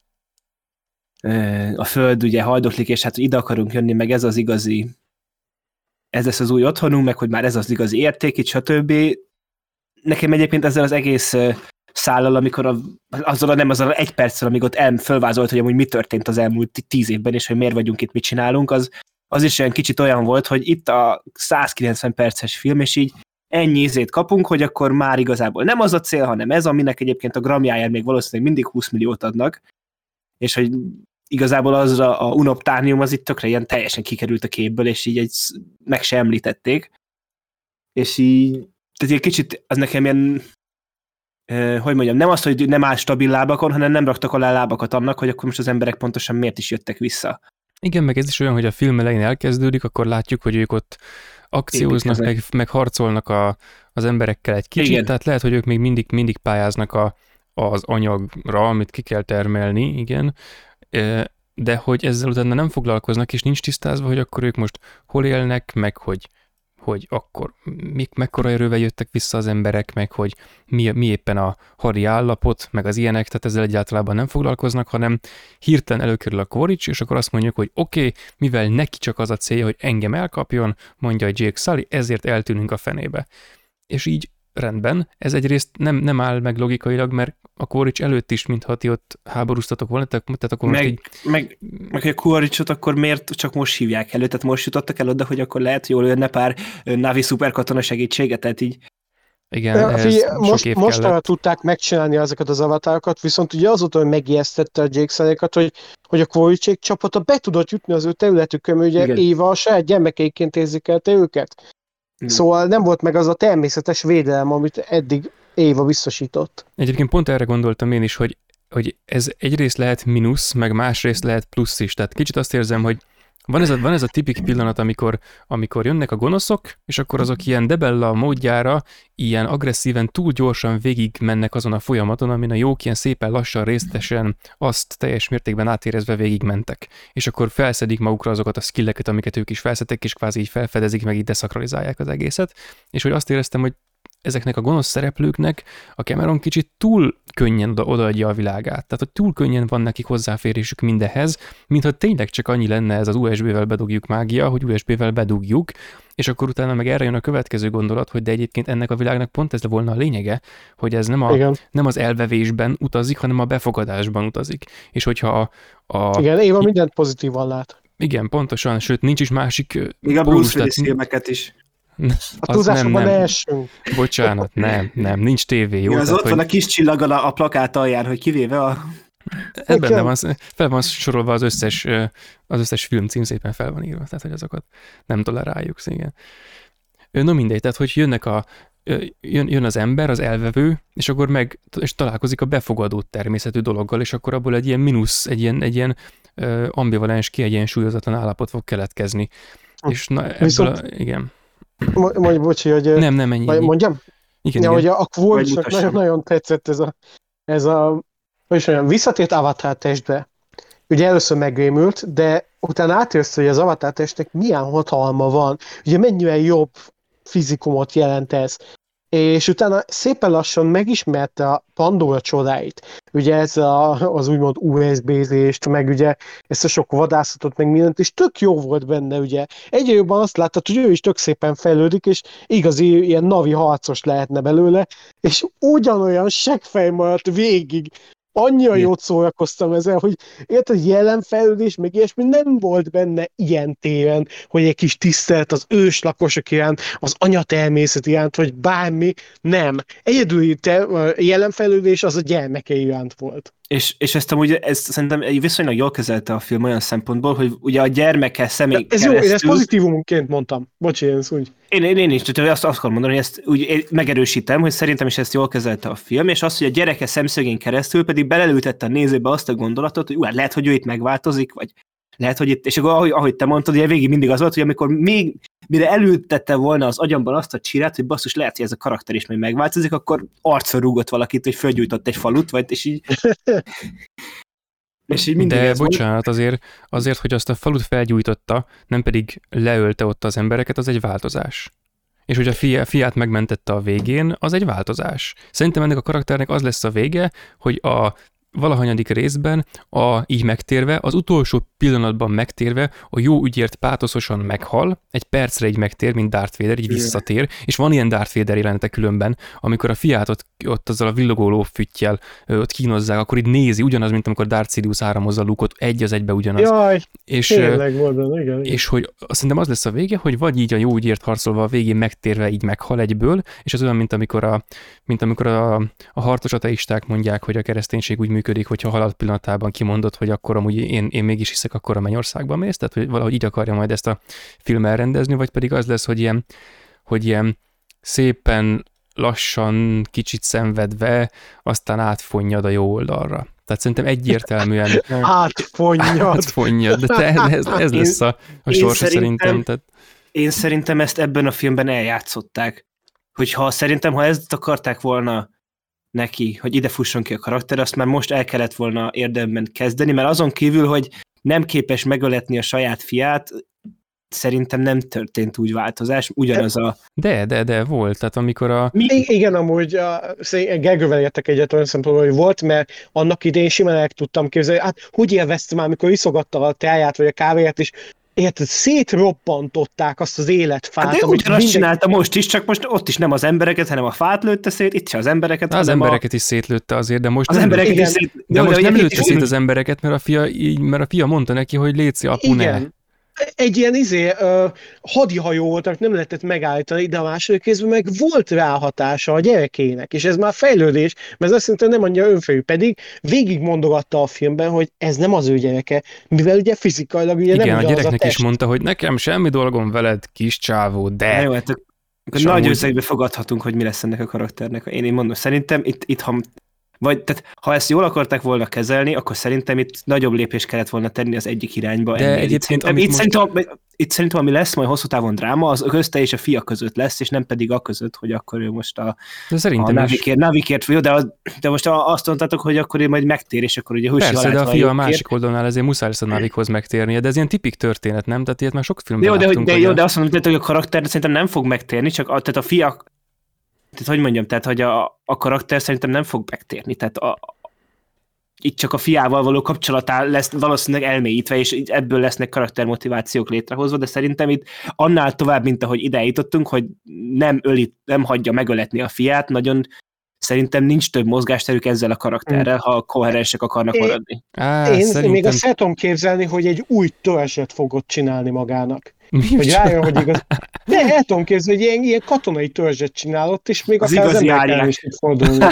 a Föld ugye haldoklik, és hát ide akarunk jönni, meg ez az igazi... Ez lesz az új otthonunk, meg hogy már ez az igazi érték, itt stb. Nekem egyébként ezzel az egész szállal, amikor azzal egy perccel, amíg ott fölvázolt, hogy amúgy mi történt az elmúlt 10 évben, és hogy miért vagyunk itt, mit csinálunk, az is olyan kicsit olyan volt, hogy itt a 190 perces film, és így ennyi ízét kapunk, hogy akkor már igazából nem az a cél, hanem ez, aminek egyébként a gramjáján még valószínűleg mindig 20 milliót adnak, és hogy igazából azra a unoptánium az itt tökre ilyen teljesen kikerült a képből, és így meg se említették. És így, tehát egy kicsit az nekem ilyen, hogy mondjam, nem az, hogy nem áll stabil lábakon, hanem nem raktak alá lábakat annak, hogy akkor most az emberek pontosan miért is jöttek vissza. Igen, meg ez is olyan, hogy a film elején elkezdődik, akkor látjuk, hogy ők ott akcióznak, meg harcolnak az emberekkel egy kicsit, igen. Tehát lehet, hogy ők még mindig pályáznak az anyagra, amit ki kell termelni, igen, de hogy ezzel utána nem foglalkoznak, és nincs tisztázva, hogy akkor ők most hol élnek, meg hogy akkor mekkora erővel jöttek vissza az emberek, meg hogy mi éppen a hadi állapot, meg az ilyenek, tehát ezzel egyáltalán nem foglalkoznak, hanem hirtelen előkerül a Quaritch, és akkor azt mondjuk, hogy oké, mivel neki csak az a célja, hogy engem elkapjon, mondja a Jake Sully, ezért eltűnünk a fenébe. És így rendben, ez egyrészt nem áll meg logikailag, mert a Quaritch előtt is, mintha ti ott háborúztatok volna, tehát akkor most így... Meg a Quaritchot akkor miért csak most hívják elő, tehát most jutottak el oda, hogy akkor lehet jól jönne pár Navi szuperkatona segítséget, tehát így... Igen, most tudták megcsinálni ezeket az avatárokat, viszont ugye azóta, hogy megijesztette a Jake Sully-kat, hogy a Quaritch csapata be tudott jutni az ő területükön, mert ugye igen. Éva a saját gyermekeiként érzékelte őket. Szóval nem volt meg az a természetes védelem, amit eddig Éva biztosított. Egyébként pont erre gondoltam én is, hogy ez egyrészt lehet mínusz, meg másrészt lehet plusz is. Tehát kicsit azt érzem, hogy van ez a tipik pillanat, amikor jönnek a gonoszok, és akkor azok ilyen debella módjára, ilyen agresszíven, túl gyorsan végig mennek azon a folyamaton, amin a jók ilyen szépen lassan, részletesen azt teljes mértékben átérezve végig mentek. És akkor felszedik magukra azokat a skilleket, amiket ők is felszettek, és kvázi így felfedezik, meg így deszakralizálják az egészet. És hogy azt éreztem, hogy ezeknek a gonosz szereplőknek a Cameron kicsit túl könnyen odaadja a világát. Tehát, hogy túl könnyen van nekik hozzáférésük mindenhez, mintha tényleg csak annyi lenne ez az USB-vel bedugjuk mágia, hogy USB-vel bedugjuk, és akkor utána meg erre jön a következő gondolat, hogy de egyébként ennek a világnak pont ez volna a lényege, hogy ez nem az elvevésben utazik, hanem a befogadásban utazik. És hogyha Igen, Éva mindent pozitívan lát. Igen, pontosan, sőt, nincs is másik... Még a Bruce Willis filmeket is. A túlzásokban ne essünk. Bocsánat, nem, nincs tévé, jó? Ja, az ott van a kis csillaggal a plakát alján, hogy kivéve a... Ebben fel van sorolva az összes film cím, szépen fel van írva, tehát hogy azokat nem toleráljuk, igen. No mindegy, tehát hogy jön az ember, az elvevő, és akkor és találkozik a befogadó természetű dologgal, és akkor abból egy ilyen mínusz, egy ilyen ambivalens, kiegyensúlyozatlan állapot fog keletkezni. És igen. Mondj, bocsi, hogy... Nem, ennyi. Mondjam? Igen. Hogy a Quaritchnak nagyon-nagyon tetszett ez a visszatért Avatar testbe. Ugye először megrémült, de utána átérsz, hogy az Avatar testnek milyen hatalma van. Ugye mennyire jobb fizikumot jelent ez. és utána szépen lassan megismerte a Pandora csodáit. Ugye ez az úgymond USB-zést, meg ugye ezt a sok vadászatot, meg mindent, és tök jó volt benne, ugye. Egyre jobban azt láttad, hogy ő is tök szépen fejlődik, és igazi ilyen navi harcos lehetne belőle, és ugyanolyan seggfej maradt végig. Annyira jót szórakoztam ezzel, hogy érted, jelenfejlődés, meg ilyesmi nem volt benne ilyen téren, hogy egy kis tisztelet az őslakosok iránt, az anyatermészet iránt, vagy bármi, nem. Egyedüli jelenfejlődés az a gyermeke iránt volt. És ezt szerintem viszonylag jól kezelte a film olyan szempontból, hogy ugye a gyermeke személy ez keresztül... jó, én ezt pozitívumként mondtam. Bocsi, én úgy. Én is, tehát azt akarom mondani, hogy ezt úgy megerősítem, hogy szerintem is ezt jól kezelte a film, és az, hogy a gyereke szemszögén keresztül pedig belelültette a nézőbe azt a gondolatot, hogy hát lehet, hogy ő itt megváltozik, vagy lehet, hogy itt, és akkor ahogy te mondtad, ugye végig mindig az volt, hogy amikor még mire elültette volna az agyamban azt a csirát, hogy basszus, lehet, hogy ez a karakter is még megváltozik, akkor arcra rúgott valakit, hogy fölgyújtott egy falut, vagy és így... És így de bocsánat, azért, hogy azt a falut felgyújtotta, nem pedig leölte ott az embereket, az egy változás. És hogy a fiát megmentette a végén, az egy változás. Szerintem ennek a karakternek az lesz a vége, hogy a valahanyadik részben, így megtérve, az utolsó pillanatban megtérve, a jó ügyért pátoszosan meghal, egy percre így megtér, mint Darth Vader, így visszatér, és van ilyen Darth Vader jelenete különben, amikor a fiát ott azzal a villogó lófüttyel ott kínozzák, akkor így nézi, ugyanaz, mint amikor Darth Sidious áramozza Luke-ot, egy az egybe ugyanaz. Jaj, és, tényleg volt benne, igen. És hogy szerintem az lesz a vége, hogy vagy így a jó ügyért harcolva a végén megtérve így meghal egyből, és az olyan, mint amikor a harcos ateisták mondják, hogy a kereszténység úgy működik, hogyha halál pillanatában kimondott, hogy akkor amúgy én mégis hiszek, akkor a mennyországba mész, tehát hogy valahogy így akarja majd ezt a film elrendezni, vagy pedig az lesz, hogy ilyen szépen lassan, kicsit szenvedve, aztán átfonnyad a jó oldalra. Tehát szerintem egyértelműen... Átfonnyad. De ez lesz a sorsa szerintem. Tehát... Én szerintem ezt ebben a filmben eljátszották. Ha ezt akarták volna neki, hogy ide fusson ki a karakter, azt már most el kellett volna érdemben kezdeni, mert azon kívül, hogy nem képes megöletni a saját fiát, szerintem nem történt úgy változás, ugyanaz a... De volt, tehát amikor Igen, amúgy Gergővel értek egyet olyan szempontból, hogy volt, mert annak idején simán el tudtam képzelni, hát hogy élveztem már, amikor iszogatta a teáját, vagy a kávéját, és érted, szétrobbantották azt az életfát. Hát de ugyanazt csinálta most is, csak most ott is nem az embereket, hanem a fát lőtte szét, itt se az embereket. Az embereket is szétlőtte azért, de most az embereket is szét... De most nem lőtte szét az embereket, mert a fia mondta neki, hogy léci, apu, ne. Egy ilyen hadihajó volt, amit nem lehetett megállítani, de a második kézben meg volt ráhatása a gyerekének, és ez már fejlődés, mert ez azt mondta, nem annyira önfejű, pedig végig mondogatta a filmben, hogy ez nem az ő gyereke, mivel ugye fizikailag ugye igen, nem ugyanaz a gyereknek test. is mondta, hogy nekem semmi dolgom veled, kis csávó, de... Jó, hát nagy összegbe fogadhatunk, hogy mi lesz ennek a karakternek. Én mondom, szerintem itt tehát, ha ezt jól akarták volna kezelni, akkor szerintem itt nagyobb lépést kellett volna tenni az egyik irányba. De egyébként, itt szerintem, ami lesz majd hosszú távon dráma, az közte és a fia között lesz, és nem pedig a között, hogy akkor ő most a Navikért, jó, de most azt mondtátok, hogy akkor ő majd megtér, és akkor ugye húsi persze, de a fia a másik oldalnál ezért muszáj lesz a Navikhoz megtérnie, de ez ilyen tipik történet, nem? Tehát ilyet már sok filmben láttunk. De azt mondom, hogy a karakter szerintem nem fog megtérni, csak tehát a fia. Tehát hogy mondjam, tehát hogy a karakter szerintem nem fog megtérni, tehát itt csak a fiával való kapcsolatá lesz valószínűleg elmélyítve, és ebből lesznek karaktermotivációk létrehozva, de szerintem itt annál tovább, mint ahogy ide jutottunk, hogy nem hagyja megöletni a fiát, nagyon szerintem nincs több mozgásterük ezzel a karakterrel, ha koherensek akarnak maradni. Én még azt el tudom képzelni, hogy egy új törzset fogod csinálni magának. Hogy rájön, hogy igaz. De el tudom képzelni, hogy ilyen katonai törzset csinálott, és még akár az emberekkel is tud fordulni.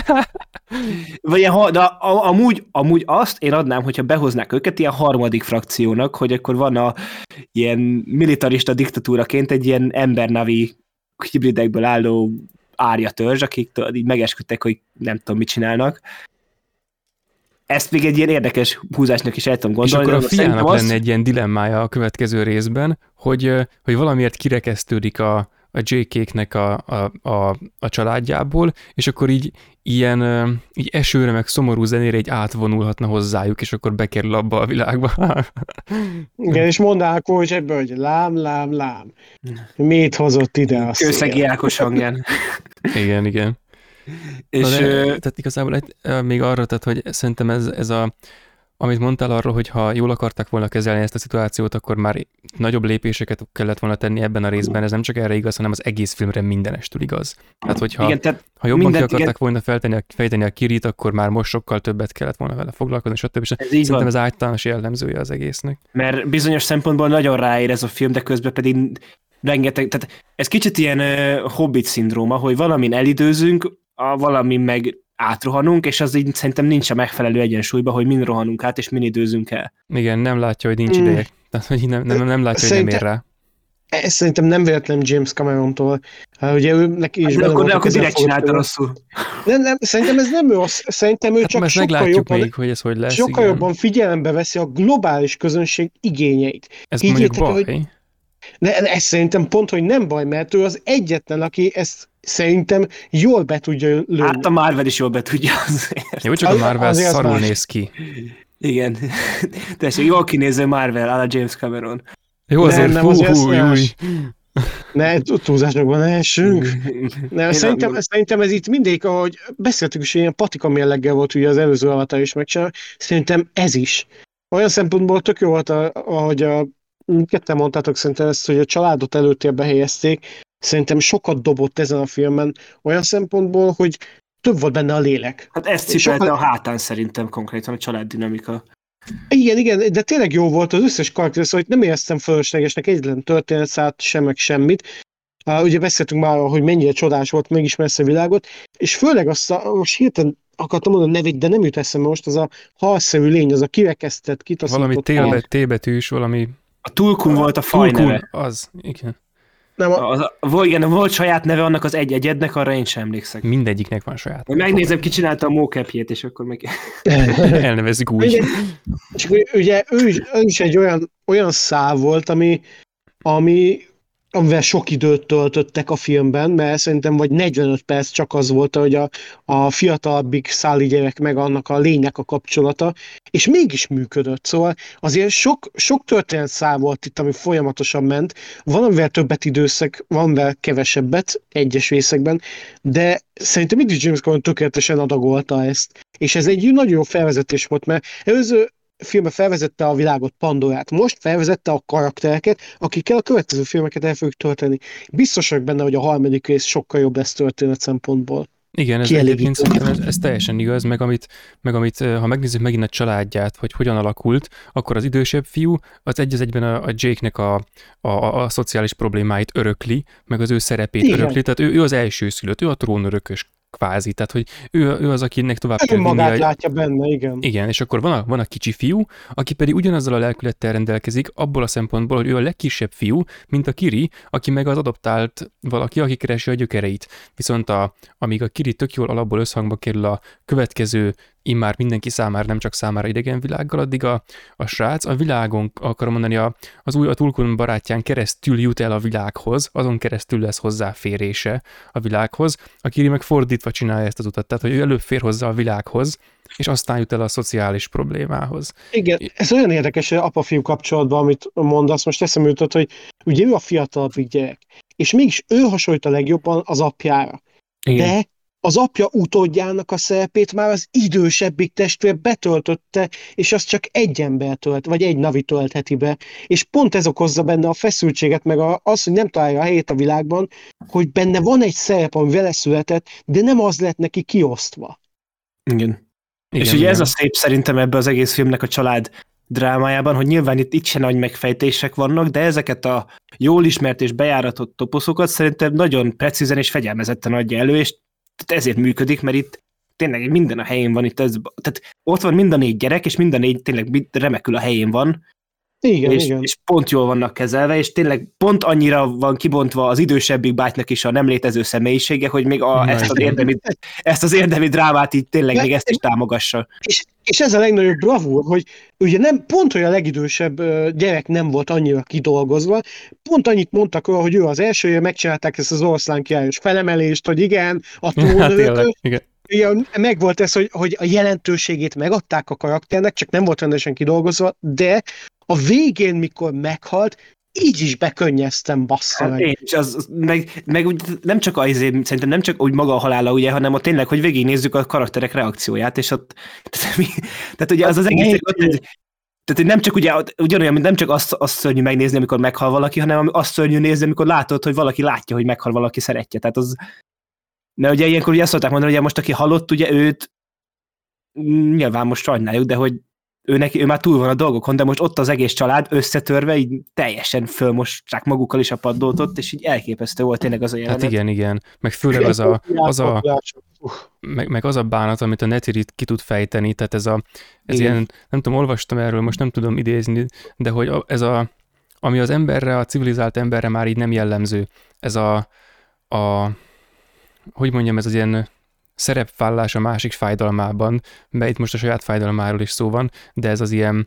De amúgy azt én adnám, hogyha behoznák őket ilyen harmadik frakciónak, hogy akkor van ilyen militarista diktatúraként egy ilyen embernavi hibridekből álló árja törzs, akik így megesküdtek, hogy nem tudom, mit csinálnak. Ezt még egy ilyen érdekes húzásnak is el tudom gondolni. És akkor a fiának lenne egy ilyen dilemmája a következő részben, hogy valamiért kirekesztődik a JK-knek a családjából, és akkor így esőre, meg szomorú zenére így átvonulhatna hozzájuk, és akkor bekerül abba a világba. Igen, és mondják, hogy ebből, hogy lám, lám, lám. Mit hozott ide a Kőszegi Ákos hangján. Igen. És, tehát igazából még arra, tehát, hogy szerintem ez amit mondtál arról, hogy ha jól akarták volna kezelni ezt a szituációt, akkor már nagyobb lépéseket kellett volna tenni ebben a részben. Ez nem csak erre igaz, hanem az egész filmre mindenestül igaz. Tehát, hogyha ha jobban ki akarták volna fejteni a Kirit, akkor már most sokkal többet kellett volna vele foglalkozni, stb. Szerintem ez általános jellemzője az egésznek. Mert bizonyos szempontból nagyon ráér ez a film, de közben pedig rengeteg, tehát ez kicsit ilyen Hobbit szindróma, hogy valamin elidőzünk, valamin meg átrohanunk, és az így szerintem nincs a megfelelő egyensúlyban, hogy min rohanunk át, és min időzünk el. Igen, nem látja, hogy nincs ideje. Tehát, hogy nem látja, hogy nem ér rá. Ez szerintem nem véletlen James Camerontól. Ugye neki is akkor direkt csinálta rosszul. Nem, szerintem ez nem rossz. Szerintem ő csak sokkal jobban, még, hogy ez hogy lesz, sokkal jobban figyelembe veszi a globális közönség igényeit. Ez mondjuk baj. Ez szerintem pont, hogy nem baj, mert ő az egyetlen, aki ezt szerintem jól be tudja lőni. Hát a Marvel is jól be tudja azért. Jó, csak a Marvel szarul néz ki. Igen. Tessék, jól kinéző Marvel, a James Cameron. Jó, azért ne túlzásokban ne essünk. Szerintem ez itt mindig, ahogy beszéltük is, ilyen patika mérleggel volt ugye az előző Avatar is megcsinálva, szerintem ez is. Olyan szempontból tök jó volt, ahogy ketten mondtátok szerintem ezt, hogy a családot előtérbe helyezték, szerintem sokat dobott ezen a filmen, olyan szempontból, hogy több volt benne a lélek. Hát ezt cipelte a hátán szerintem konkrétan a családdinamika. Igen, de tényleg jó volt az összes karakter, szóval nem éreztem fölöslegesnek egyetlen történetszállat sem, meg semmit. Ugye beszéltünk már, hogy mennyire csodás volt, megismersz a világot, és főleg most hirtelen akartam mondani a nevét, de nem jut eszembe most, az a halszerű lény, az a kirekesztett, kitaszított. Valami T-betűs, valami... A Tulkun volt a faj neve. Az, igen. Nem volt saját neve annak az egyednek, arra én sem emlékszek. Mindegyiknek van saját. Megnézem, ki csinálta a mocapjét, és akkor meg... Elnevezzük úgy. És ugye ő is egy olyan szál volt, amivel sok időt töltöttek a filmben, mert szerintem vagy 45 perc csak az volt, hogy a fiatalabbik száli gyerek meg annak a lénynek a kapcsolata, és mégis működött. Szóval azért sok történetszál volt itt, ami folyamatosan ment. Van, amivel többet időszak, van, amivel kevesebbet egyes részekben, de szerintem mindig James Cameron tökéletesen adagolta ezt. És ez egy nagyon jó felvezetés volt, mert előző filmben felvezette a világot, Pandorát. Most felvezette a karaktereket, akikkel a következő filmeket el fogjuk tölteni. Biztos vagyok benne, hogy a harmadik rész sokkal jobb lesz történet szempontból. Igen, ez egyébként szerintem ez teljesen igaz, meg amit ha megnézzük megint a családját, hogy hogyan alakult, akkor az idősebb fiú az egyben a Jake-nek a szociális problémáit örökli, meg az ő szerepét örökli, tehát ő az első szülött, ő a trónörökös kvázi, tehát hogy ő az, akinek tovább kell vinni. Magát látja benne, igen. Igen, és akkor van a kicsi fiú, aki pedig ugyanazzal a lelkülettel rendelkezik, abból a szempontból, hogy ő a legkisebb fiú, mint a Kiri, aki meg az adoptált valaki, aki keresi a gyökereit. Viszont amíg a Kiri tök jól alapból összhangba kerül a következő immár mindenki számára, nem csak számára idegen világgal, addig a srác a világon, akarom mondani, a Tulkun barátján keresztül jut el a világhoz, azon keresztül lesz hozzáférése a világhoz, a Kiri meg fordítva csinálja ezt az utat, tehát hogy ő előbb fér hozzá a világhoz, és aztán jut el a szociális problémához. Igen, ez olyan érdekes, hogy apa-fiú kapcsolatban, amit mondasz, most eszembe jutott, hogy ugye ő a fiatalabbik gyerek, és mégis ő hasonlít a legjobban az apjára. Igen. De az apja utódjának a szerepét már az idősebbik testvér betöltötte, és az csak egy ember tölt, vagy egy navi töltheti be. És pont ez okozza benne a feszültséget, meg az, hogy nem találja a helyét a világban, hogy benne van egy szerep, ami vele született, de nem az lett neki kiosztva. Igen. És ugye ez a szép szerintem ebbe az egész filmnek a család drámájában, hogy nyilván itt se nagy megfejtések vannak, de ezeket a jól ismert és bejáratott toposzokat szerintem nagyon precízen és fegyelmezetten adja elő, és ezért működik, mert itt tényleg minden a helyén van, tehát ott van mind a 4 gyerek, és mind a 4 tényleg remekül a helyén van, és pont jól vannak kezelve, és tényleg pont annyira van kibontva az idősebbik bátynak is a nem létező személyisége, hogy még ezt az érdemi drámát így tényleg még ezt is támogassa. És ez a legnagyobb bravúr, hogy ugye nem, pont olyan legidősebb gyerek nem volt annyira kidolgozva, pont annyit mondtak róla, hogy ő az első, megcsinálták ezt az oroszlán királyos felemelést, hogy igen, a trónörökös, igen, megvolt ez, hogy a jelentőségét megadták a karakternek, csak nem volt rendesen kidolgozva, de a végén, mikor meghalt, így is bekönnyeztem, bassza meg. Én is, meg úgy, nem csak szerintem nem csak úgy maga a halála, ugye, hanem ott tényleg, hogy végignézzük a karakterek reakcióját, és ott, tehát ugye az egész, tehát nem csak ugyanolyan, nem csak azt szörnyű megnézni, amikor meghal valaki, hanem azt szörnyű nézni, amikor látod, hogy valaki látja, hogy meghal valaki szeretje. Tehát az, mert ugye ilyenkor ugye azt szokták mondani, hogy most aki halott, ugye őt nyilván most sajnáljuk, de hogy ő már túl van a dolgokon, de most ott az egész család összetörve, így teljesen fölmosták magukkal is a padlót ott, és így elképesztő volt tényleg az a jelenet. Hát igen. Meg főleg meg az a bánat, amit a Neytiri ki tud fejteni, tehát ez ilyen, nem tudom, olvastam erről, most nem tudom idézni, de hogy ami az emberre, a civilizált emberre már így nem jellemző, ez hogy mondjam, ez az ilyen szerepvállás a másik fájdalmában, mert itt most a saját fájdalmáról is szó van, de ez az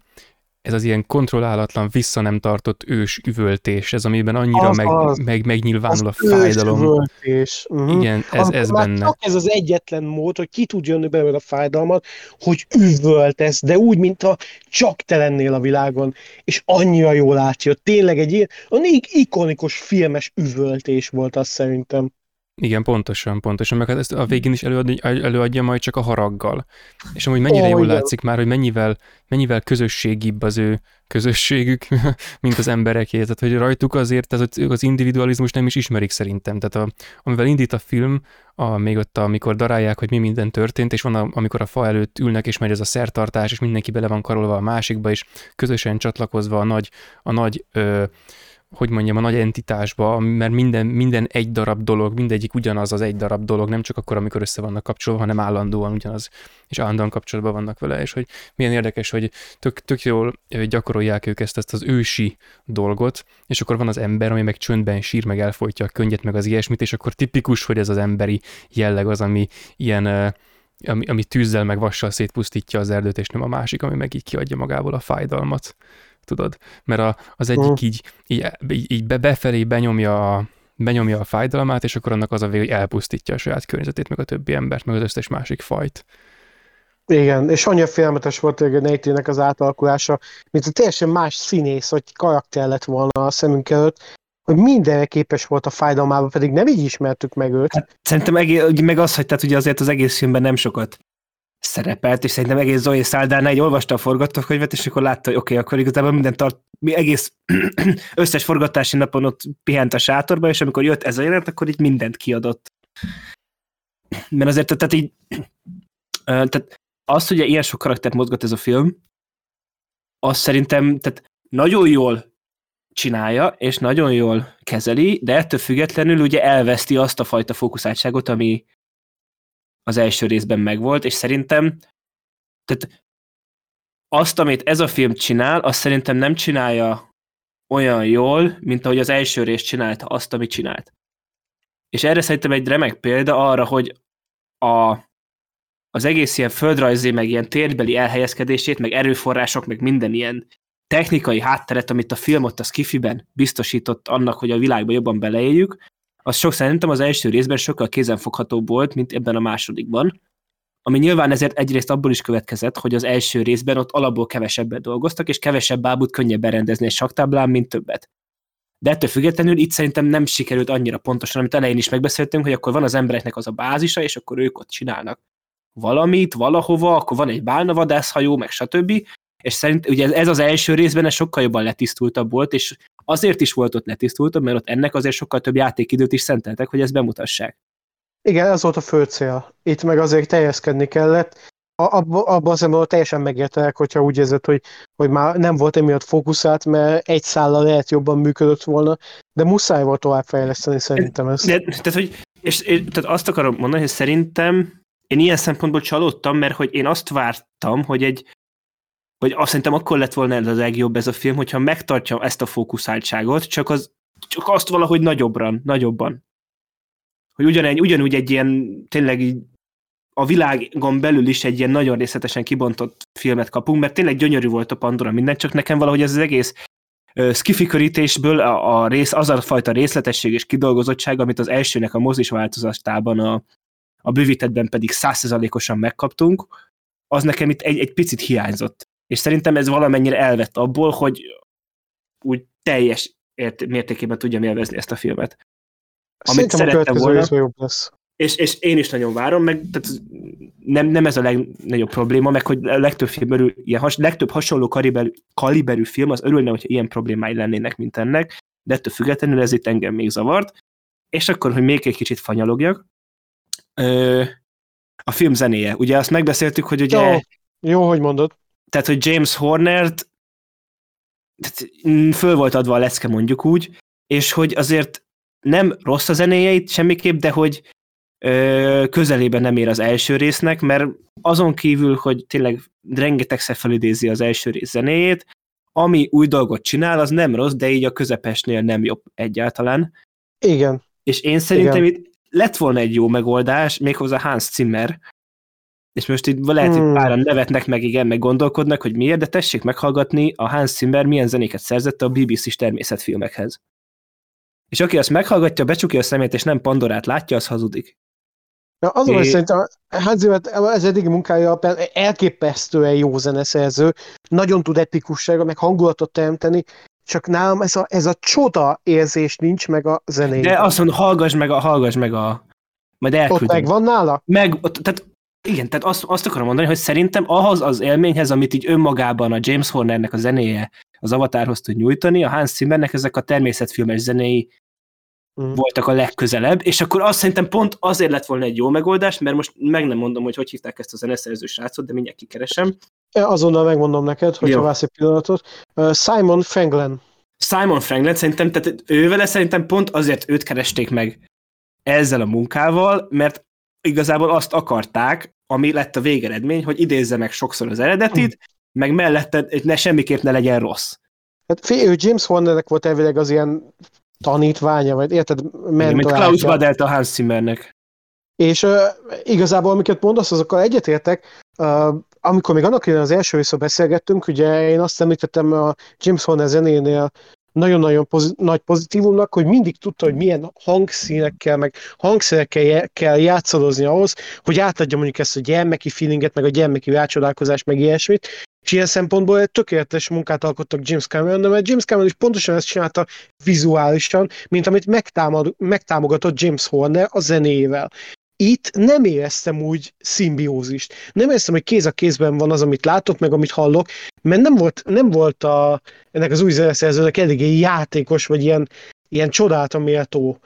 ilyen kontrollálatlan, vissza nem tartott ős üvöltés, ez amiben annyira megnyilvánul a fájdalom. Igen, ez benne. Csak ez az egyetlen mód, hogy ki tud jönni belőle a fájdalmat, hogy üvöltesz, de úgy, mintha csak te lennél a világon, és annyira jól átjött. Tényleg egy ilyen ikonikus filmes üvöltés volt az szerintem. Igen, pontosan, meg ezt a végén is előadja majd csak a haraggal. És amúgy mennyire jól látszik már, hogy mennyivel közösségibb az ő közösségük, mint az embereké. Tehát, hogy rajtuk azért az individualizmus nem is ismerik szerintem. Tehát amivel indít a film, még ott, amikor darálják, hogy mi minden történt, és van, amikor a fa előtt ülnek, és megy ez a szertartás, és mindenki bele van karolva a másikba, és közösen csatlakozva a nagy hogy mondjam, a nagy entitásba, mert minden egy darab dolog, mindegyik ugyanaz az egy darab dolog, nem csak akkor, amikor össze vannak kapcsolva, hanem állandóan ugyanaz, és állandóan kapcsolatban vannak vele, és hogy milyen érdekes, hogy tök jól gyakorolják ők ezt az ősi dolgot, és akkor van az ember, ami meg csöndben sír, meg elfojtja a könnyet, meg az ilyesmit, és akkor tipikus, hogy ez az emberi jelleg az, ami ilyen ami tűzzel meg vassal szétpusztítja az erdőt, és nem a másik, ami meg így kiadja magából a fájdalmat. Tudod? Mert az egyik így befelé benyomja a fájdalmát, és akkor annak az a vég, hogy elpusztítja a saját környezetét, meg a többi embert, meg az összes másik fajt. Igen, és annyira félelmetes volt a Neytirinek az átalakulása, mint a teljesen más színész, vagy karakter lett volna a szemünk előtt, hogy mindenre képes volt a fájdalmában, pedig nem így ismertük meg őt. Hát, szerintem meg az, hogy tehát ugye azért az egész filmben nem sokat szerepelt, és szerintem egész Zoe Saldana így olvasta a forgatókönyvet, és akkor látta, hogy oké, akkor igazából egész összes forgatási napon ott pihent a sátorba, és amikor jött ez a jelenet, akkor így mindent kiadott. Mert azért, tehát azt, hogy ilyen sok karaktert mozgat ez a film, azt szerintem tehát nagyon jól csinálja, és nagyon jól kezeli, de ettől függetlenül ugye elveszti azt a fajta fókuszáltságot, ami az első részben megvolt, és szerintem tehát azt, amit ez a film csinál, azt szerintem nem csinálja olyan jól, mint ahogy az első rész csinálta azt, amit csinált. És erre szerintem egy remek példa arra, hogy az egész ilyen földrajzi, meg ilyen térbeli elhelyezkedését, meg erőforrások, meg minden ilyen technikai hátteret, amit a film ott a Skifiben biztosított annak, hogy a világba jobban beleéljük, az szerintem az első részben sokkal kézenfoghatóbb volt, mint ebben a másodikban, ami nyilván ezért egyrészt abból is következett, hogy az első részben ott alapból kevesebbet dolgoztak, és kevesebb bábút könnyebb rendezni egy saktáblán, mint többet. De ettől függetlenül itt szerintem nem sikerült annyira pontosan, amit elején is megbeszéltünk, hogy akkor van az embereknek az a bázisa, és akkor ők ott csinálnak valamit, valahova, akkor van egy bálnavadászhajó, meg stb. És szerint ugye ez az első részben ez sokkal jobban letisztultabb volt, és azért is volt ott letisztultabb, mert ott ennek azért sokkal több játékidőt is szenteltek, hogy ezt bemutassák. Igen, ez volt a fő cél. Itt meg azért teljeskedni kellett. Abban az emberben teljesen megértelek, hogyha úgy érzed, hogy már nem volt emiatt fókuszált, mert egy szállal lehet jobban működött volna, de muszáj volt továbbfejleszteni szerintem ezt. Tehát azt akarom mondani, hogy szerintem én ilyen szempontból csalódtam, mert hogy én azt vártam, hogy hogy azt szerintem akkor lett volna ez a legjobb ez a film, hogyha megtartja ezt a fókuszáltságot, csak azt valahogy nagyobban. Hogy ugyanúgy egy ilyen, tényleg így a világon belül is egy ilyen nagyon részletesen kibontott filmet kapunk, mert tényleg gyönyörű volt a Pandora minden, csak nekem valahogy ez az egész sci-fi körítésből az a fajta részletesség és kidolgozottság, amit az elsőnek a mozis változatában, a bővítettben pedig 100%-osan megkaptunk, az nekem itt egy picit hiányzott. És szerintem ez valamennyire elvett abból, hogy úgy teljes mértékében tudjam élvezni ezt a filmet. Amit szerettem volna. Jobb lesz. És én is nagyon várom, meg tehát nem ez a legnagyobb probléma, meg hogy a legtöbb film legtöbb hasonló kaliberű film, az örülne, hogyha ilyen problémái lennének, mint ennek, de ettől függetlenül ez itt engem még zavart. És akkor, hogy még egy kicsit fanyalogjak, a film zenéje. Ugye azt megbeszéltük, hogy ugye... Jó, hogy mondod. Tehát, hogy James Hornert föl volt adva a lecke, mondjuk úgy, és hogy azért nem rossz a zenéje itt semmiképp, de hogy közelében nem ér az első résznek, mert azon kívül, hogy tényleg rengetegszer felidézi az első rész zenéjét, ami új dolgot csinál, az nem rossz, de így a közepesnél nem jobb egyáltalán. Igen. És én szerintem itt lett volna egy jó megoldás, méghozzá Hans Zimmer, és most itt lehet, hogy páran nevetnek meg, igen, meg gondolkodnak, hogy miért, de tessék meghallgatni a Hans Zimmer milyen zenéket szerzett a BBC-s természetfilmekhez. És aki azt meghallgatja, becsukja a szemét, és nem Pandorát látja, az hazudik. Ja, azon, hogy szerintem Hans Zimmer ez eddigi munkája elképesztően jó zeneszerző, nagyon tud epikussága, meg hangulatot teremteni, csak nálam ez a csoda érzés nincs meg a zenéjében. De azt mondom, hallgass meg a... Majd elküldöm. Ott megvan nála? Tehát igen, tehát azt akarom mondani, hogy szerintem ahhoz az élményhez, amit így önmagában a James Hornernek a zenéje az Avatarhoz tud nyújtani, a Hans Zimmernek ezek a természetfilmes zenéi voltak a legközelebb, és akkor azt szerintem pont azért lett volna egy jó megoldás, mert most meg nem mondom, hogy hívták ezt a zeneszerző srácot, de mindjárt kikeresem. Azonnal megmondom neked, hogyha vársz egy pillanatot. Simon Franglen. Simon Franglen, szerintem, tehát ővele szerintem pont azért őt keresték meg ezzel a munkával, mert igazából azt akarták, ami lett a végeredmény, hogy idézze meg sokszor az eredetit, meg mellette semmiképp ne legyen rossz. Hát ő James Hornernek volt elvileg az ilyen tanítványa, vagy érted, mentorátja. Mint Klaus Badelt a Hans Zimmernek. És igazából, amiket mondasz, azokkal egyetértek. Amikor még annak idején az első részről beszélgettünk, ugye én azt említettem a James Horner zenénél nagyon-nagyon nagy pozitívumnak, hogy mindig tudta, hogy milyen hangszínekkel, meg hangszerekkel kell játszadozni ahhoz, hogy átadja mondjuk ezt a gyermeki feelinget, meg a gyermeki rácsodálkozást, meg ilyesmit. És ilyen szempontból egy tökéletes munkát alkottak James Cameron, mert James Cameron is pontosan ezt csinálta vizuálisan, mint amit megtámogatott James Horner a zenéjével. Itt nem éreztem úgy szimbiózist. Nem éreztem, hogy kéz a kézben van az, amit látok, meg amit hallok, mert nem volt ennek az új zeneszerzőnek eléggé játékos, vagy ilyen csodáltan méltó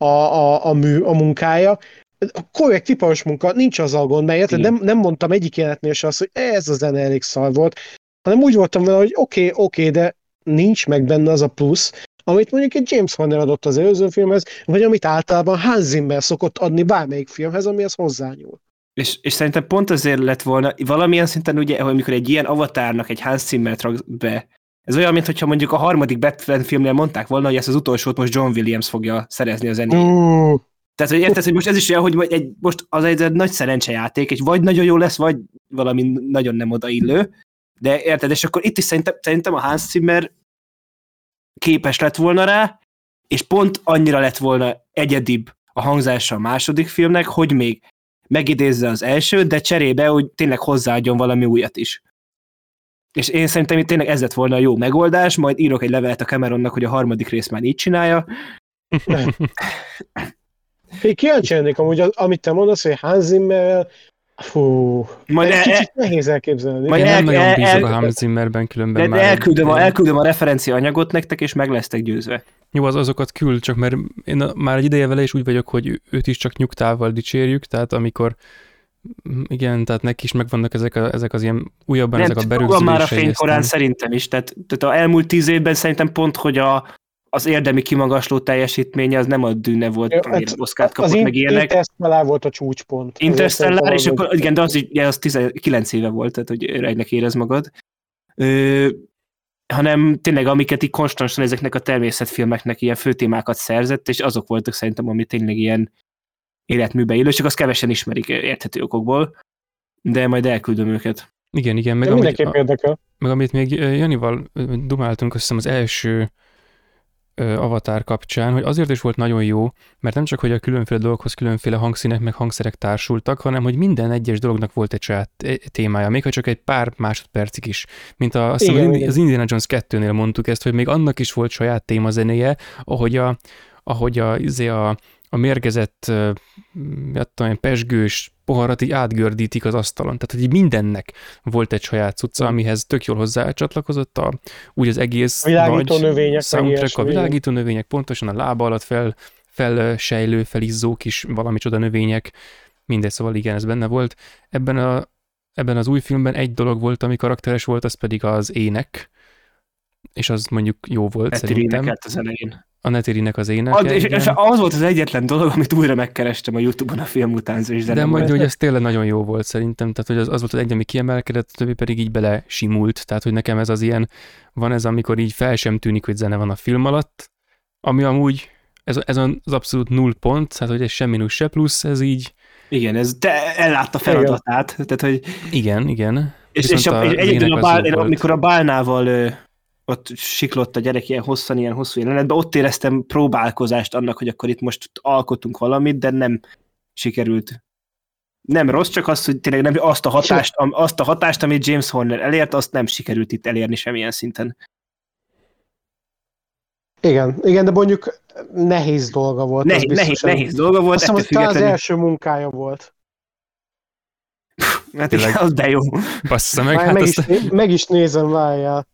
a munkája. Korrekt, iparos munka, nincs az a gond, mert nem mondtam egyik jelenetnél se azt, hogy ez a zene elég szar volt, hanem úgy voltam vele, hogy oké, de nincs meg benne az a plusz, amit mondjuk egy James Horner adott az előző filmhez, vagy amit általában Hans Zimmer szokott adni bármelyik filmhez, amihez hozzányúl. És szerintem pont azért lett volna, valamilyen szinten ugye, amikor egy ilyen Avatarnak egy Hans Zimmert rak be, ez olyan, mintha mondjuk a harmadik Batman filmnél mondták volna, hogy ezt az utolsót most John Williams fogja szerezni a zenét. Tehát, hogy érted, hogy most ez is olyan, hogy most az egy nagy szerencsejáték, egy vagy nagyon jó lesz, vagy valami nagyon nem odaillő, de érted, és akkor itt is szerintem a Hans Zimmer képes lett volna rá, és pont annyira lett volna egyedibb a hangzása a második filmnek, hogy még megidézze az elsőt, de cserébe, hogy tényleg hozzáadjon valami újat is. És én szerintem itt tényleg ez lett volna a jó megoldás, majd írok egy levelet a Cameronnak, hogy a harmadik részt már így csinálja. Én kíváncsi lennék amúgy, amit te mondasz, hogy Hans Zimmerrel, kicsit nehéz elképzelni. Én nem nagyon bízok a Hans Zimmerben különben már. Elküldöm a referencia anyagot nektek, és meg lesztek győzve. Jó, azokat küld, csak mert én már egy ideje vele is úgy vagyok, hogy őt is csak nyugtával dicsérjük, tehát amikor igen, tehát neki is megvannak ezek az ilyen újabban ezek a berögzülései. Nem, már a fénykorán szerintem is, tehát az elmúlt 10 évben szerintem pont, hogy az érdemi kimagasló teljesítménye az nem a Dűne volt, amire Oscart kapott, meg ilyenek. Interstellar volt a csúcspont. Interstellar, és akkor igen, de az 19 éve volt, tehát hogy öregnek érez magad. hanem tényleg amiket így konstantan ezeknek a természetfilmeknek ilyen főtémákat szerzett, és azok voltak szerintem, ami tényleg ilyen életműbe illő, csak azt kevesen ismerik érthető okokból, de majd elküldöm őket. Igen, meg mindenképp érdekel. Meg amit még Janival dumáltunk, azt hiszem az első Avatar kapcsán, hogy azért is volt nagyon jó, mert nem csak, hogy a különféle dolgokhoz különféle hangszínek meg hangszerek társultak, hanem, hogy minden egyes dolognak volt egy saját témája, még ha csak egy pár másodpercig is. Mint az Indiana Jones 2-nél mondtuk ezt, hogy még annak is volt saját témazenéje, ahogy a mérgezett, pesgős poharat így átgördítik az asztalon. Tehát, hogy mindennek volt egy saját cucca, amihez tök jól hozzácsatlakozott úgy az egész világító növények, soundtrack, a világító növények, pontosan a lába alatt felsejlő, felizzó kis valami csoda növények, mindegy, szóval igen, ez benne volt. Ebben az új filmben egy dolog volt, ami karakteres volt, az pedig az ének, és az mondjuk jó volt szerintem. Az elején. A Netirinek az éneke. És az volt az egyetlen dolog, amit újra megkerestem a YouTube-on a film után. De majd, hogy ez tényleg nagyon jó volt szerintem, tehát hogy az volt az egy, ami kiemelkedett, a többi pedig így bele simult, tehát hogy nekem ez az ilyen, van ez, amikor így fel sem tűnik, hogy zene van a film alatt, ami amúgy, ez az abszolút 0 pont, tehát hogy ez sem mínusz, se plusz, ez így. Igen, ez ellátta feladatát. Tehát, hogy... Igen. És egyébként amikor a bálnával ott siklott a gyerek ilyen hosszú jelenetben, ott éreztem próbálkozást annak, hogy akkor itt most alkotunk valamit, de nem sikerült. Nem rossz, csak az, hogy tényleg nem azt a hatást, amit James Horner elért, azt nem sikerült itt elérni semmilyen szinten. Igen, de mondjuk nehéz dolga volt. Nehéz dolga volt. Azt hiszem, hogy az első munkája volt. Hát igen, az de jó. Bassza meg. Meg is nézem, várjál.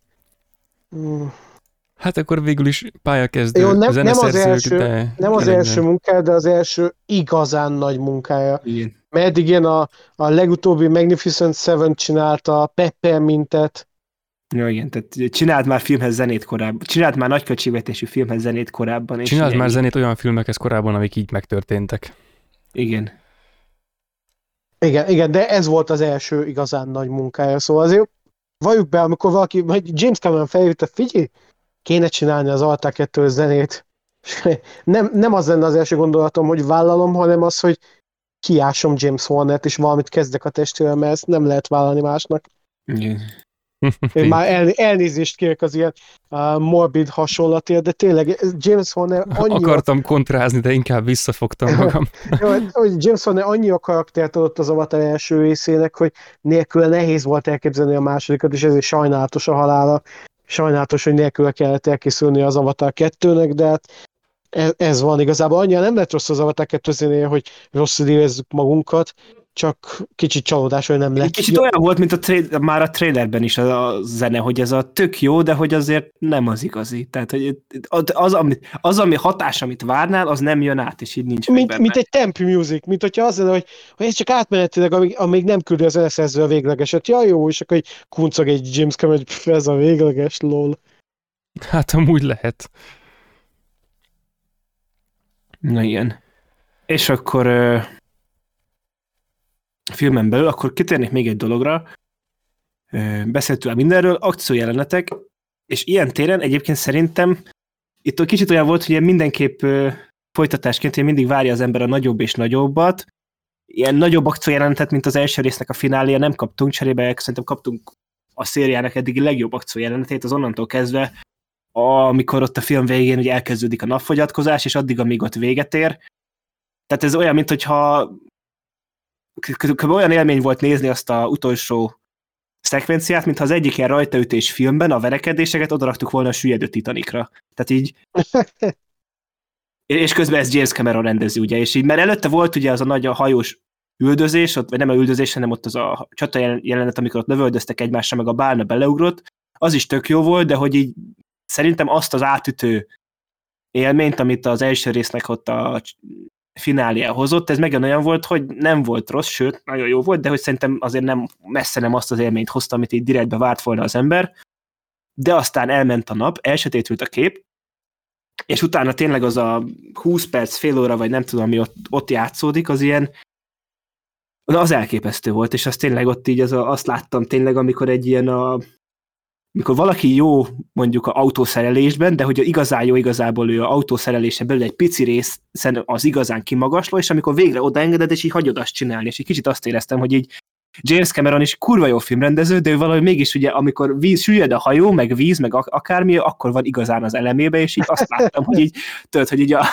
Hát akkor végül is pályakezdő jó, zeneszerzők, nem az első munkája, de az első igazán nagy munkája. Igen. Mert eddig ilyen a legutóbbi Magnificent Seven csinálta, a Peppermintet. Ja, igen, tehát csinált már filmhez zenét korábban, csinált már nagyköltségvetésű filmhez zenét korábban. Csinált már zenét olyan filmekhez korábban, amik így megtörténtek. Igen. Igen, de ez volt az első igazán nagy munkája, szóval azért valljuk be, amikor valaki, vagy James Cameron feljött, figyelj, kéne csinálni az Avatar 2 zenét. Nem az lenne az első gondolatom, hogy vállalom, hanem az, hogy kiásom James Hornert, és valamit kezdek a testével, mert ezt nem lehet vállalni másnak. Igen. Én már elnézést kérek az ilyen morbid hasonlatért, de tényleg James Horner annyira... Akartam kontrázni, de inkább visszafogtam magam. Hogy James Horner annyi a karaktert adott az Avatar első részének, hogy nélkül nehéz volt elképzelni a másodikat, és ezért sajnálatos a halála. Sajnálatos, hogy nélkül kellett elkészülni az Avatar 2-nek, de hát ez van igazából. Annyira nem lett rossz az Avatar 2-nél, hogy rosszul érezzük magunkat, csak kicsit csalódás, hogy nem lett. Kicsit olyan volt, mint már a trailerben is a zene, hogy ez a tök jó, de hogy azért nem az igazi. Tehát, hogy az ami hatás, amit várnál, az nem jön át, és így nincs mint egy tempo music, mint hogyha az lenne, hogy ez csak átmenetileg, amíg nem küldi az zeneszerző a véglegeset. Ja, jó, és akkor kuncog egy James Cameron, hogy ez a végleges, lol. Hát amúgy lehet. Na igen. És akkor filmen belül, akkor kitérnék még egy dologra. Beszéltünk mindenről, akciójelenetek, és ilyen téren egyébként szerintem itt kicsit olyan volt, hogy mindenképp folytatásként mindig várja az ember a nagyobb és nagyobbat. Ilyen nagyobb akciójelenetet, mint az első résznek a fináléja nem kaptunk, cserébe szerintem kaptunk a szériának eddigi legjobb akciójelenetét, az onnantól kezdve, amikor ott a film végén ugye elkezdődik a napfogyatkozás, és addig, amíg ott véget ér. Tehát ez olyan, mintha olyan élmény volt nézni azt a utolsó szekvenciát, mintha az egyik ilyen rajtaütés filmben a verekedéseket odaraktuk volna a süllyedő Titanicra. Tehát így... és közben ez James Cameron rendezi, ugye, és így, mert előtte volt ugye az a nagy hajós üldözés, vagy nem a üldözés, hanem ott az a csata jelenet, amikor ott lövöldöztek egymásra, meg a bálna beleugrott, az is tök jó volt, de hogy így szerintem azt az átütő élményt, amit az első résznek ott a finália hozott, ez megint olyan volt, hogy nem volt rossz, sőt, nagyon jó volt, de hogy szerintem azért messze nem azt az élményt hozta, amit így direktbe várt volna az ember, de aztán elment a nap, elsötétült a kép, és utána tényleg az a 20 perc, fél óra, vagy nem tudom, ami ott játszódik, az ilyen, az elképesztő volt, és az tényleg ott így azt láttam tényleg, amikor egy ilyen mikor valaki jó mondjuk a autószerelésben, de hogy igazán jó igazából ő a autószerelése belül egy pici rész az igazán kimagasló, és amikor végre odaengeded, és így hagyod azt csinálni, és egy kicsit azt éreztem, hogy így James Cameron is kurva jó filmrendező, de ő valahogy mégis ugye, amikor süllyed a hajó, meg víz, meg akármi, akkor van igazán az elemébe, és így azt láttam, hogy így, tudod, hogy így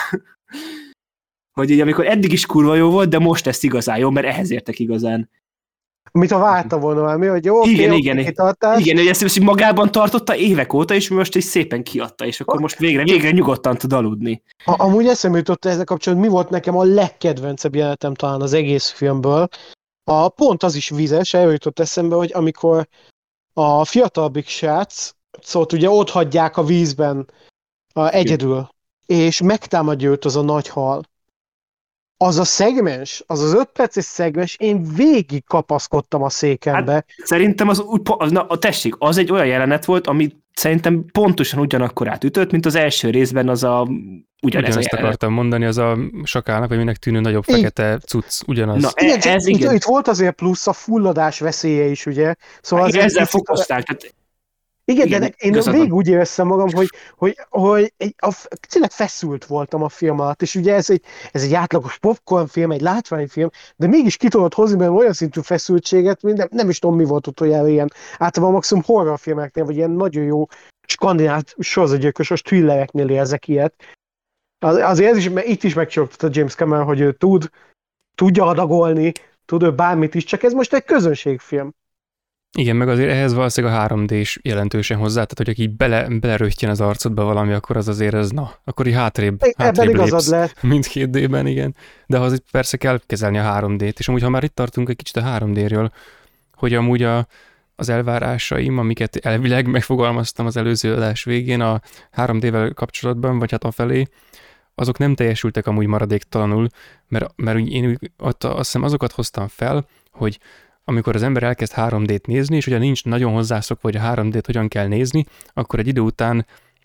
hogy így amikor eddig is kurva jó volt, de most lesz igazán jó, mert ehhez értek igazán. Amit a várta volna valami, hogy jó, igen, hogy ezt magában tartotta évek óta, és most is szépen kiadta, és akkor most végre nyugodtan tud aludni. Amúgy eszembe jutott ezzel kapcsolatban, mi volt nekem a legkedvencebb jelenetem talán az egész filmből. Pont az is vizes, eljutott eszembe, hogy amikor a fiatalabbik srác, szóval ugye ott hagyják a vízben egyedül, és megtámadja őt az a nagy hal. Az a szegmens, az 5 perces szegmens, én végig kapaszkodtam a székembe. Hát, szerintem tessék, az egy olyan jelenet volt, ami szerintem pontosan ugyanakkorát ütött, mint az első részben az a ugyanezt akartam mondani, az a sakálnak, vagy minek tűnő nagyobb fekete cucc, ugyanaz. Na, igen. Itt volt azért plusz a fulladás veszélye is, ugye? Szóval igen, ezzel fokozták. Tehát... Igen, de én végig úgy éreztem magam, hogy tényleg feszült voltam a film alatt, és ugye ez egy átlagos popcornfilm, egy látványfilm, de mégis ki tudod hozni belőle olyan szintű feszültséget, mint nem is tudom, mi volt utoljára ilyen. Általában maximum horrorfilmeknél, vagy ilyen nagyon jó skandináv sorozatgyilkosos thrillereknél érzek ilyet. Azért itt is megcsinálta James Cameron, hogy ő tudja adagolni, tud ő bármit is, csak ez most egy közönségfilm. Igen, meg azért ehhez valószínűleg a 3D-s jelentősen hozzá, tehát hogy aki beleröhtjen az arcodba valami, akkor az azért ez, akkor így hátrébb lépsz, mint 2D-ben, igen. De az persze kell kezelni a 3D-t, és amúgy, ha már itt tartunk egy kicsit a 3D-ről, hogy amúgy az elvárásaim, amiket elvileg megfogalmaztam az előző adás végén a 3D-vel kapcsolatban, vagy hát afelé, azok nem teljesültek amúgy maradéktalanul, mert én azt hiszem azokat hoztam fel, hogy amikor az ember elkezd 3D-t nézni, és ugye nincs nagyon hozzászokva, hogy a 3D-t hogyan kell nézni, akkor egy idő után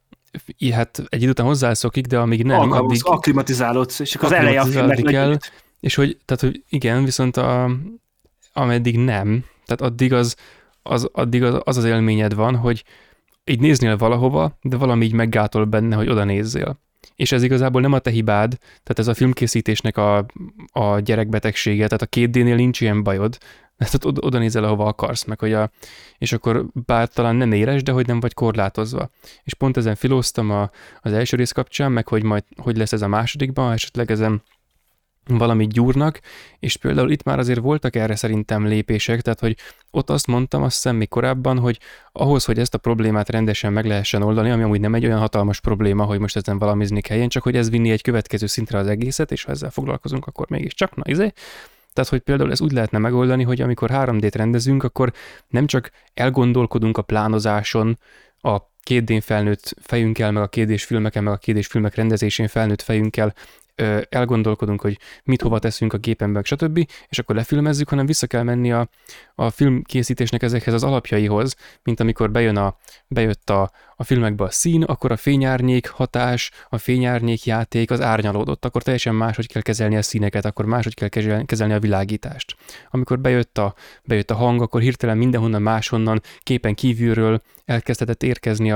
hozzászokik, de amíg nem, addig akklimatizálódsz, és akkor az eleje a filmnek kell, és hogy igen, viszont ameddig nem, tehát addig az élményed van, hogy így néznél valahova, de valami így meggátol benne, hogy oda nézzél. És ez igazából nem a te hibád, tehát ez a filmkészítésnek a gyerekbetegsége, tehát a 2D-nél nincs ilyen bajod, tehát oda nézel, ahova akarsz, meg és akkor bár talán nem éres, de hogy nem vagy korlátozva. És pont ezen filóztam az első rész kapcsán, meg hogy majd hogy lesz ez a másodikban, esetleg ezen valamit gyúrnak, és például itt már azért voltak erre szerintem lépések, tehát hogy ott azt mondtam, azt hiszem még korábban, hogy ahhoz, hogy ezt a problémát rendesen meg lehessen oldani, ami amúgy nem egy olyan hatalmas probléma, hogy most ezen valamizni kelljen, csak hogy ez vinni egy következő szintre az egészet, és ha ezzel foglalkozunk, akkor mégiscsak, Tehát, hogy például ez úgy lehetne megoldani, hogy amikor 3D-t rendezünk, akkor nem csak elgondolkodunk a plánozáson, a 2D-n felnőtt fejünkkel, meg a 2D-s filmeken, meg a 2D-s filmek rendezésén felnőtt fejünkkel elgondolkodunk, hogy mit hova teszünk a gépen, meg stb., és akkor lefilmezzük, hanem vissza kell menni a filmkészítésnek ezekhez az alapjaihoz, mint amikor bejött a filmekbe a szín, akkor a fényárnyék hatás, a fényárnyék játék, az árnyalódott, akkor teljesen máshogy kell kezelni a színeket, akkor máshogy kell kezelni a világítást. Amikor bejött a hang, akkor hirtelen mindenhonnan máshonnan, képen kívülről elkezdhetett érkezni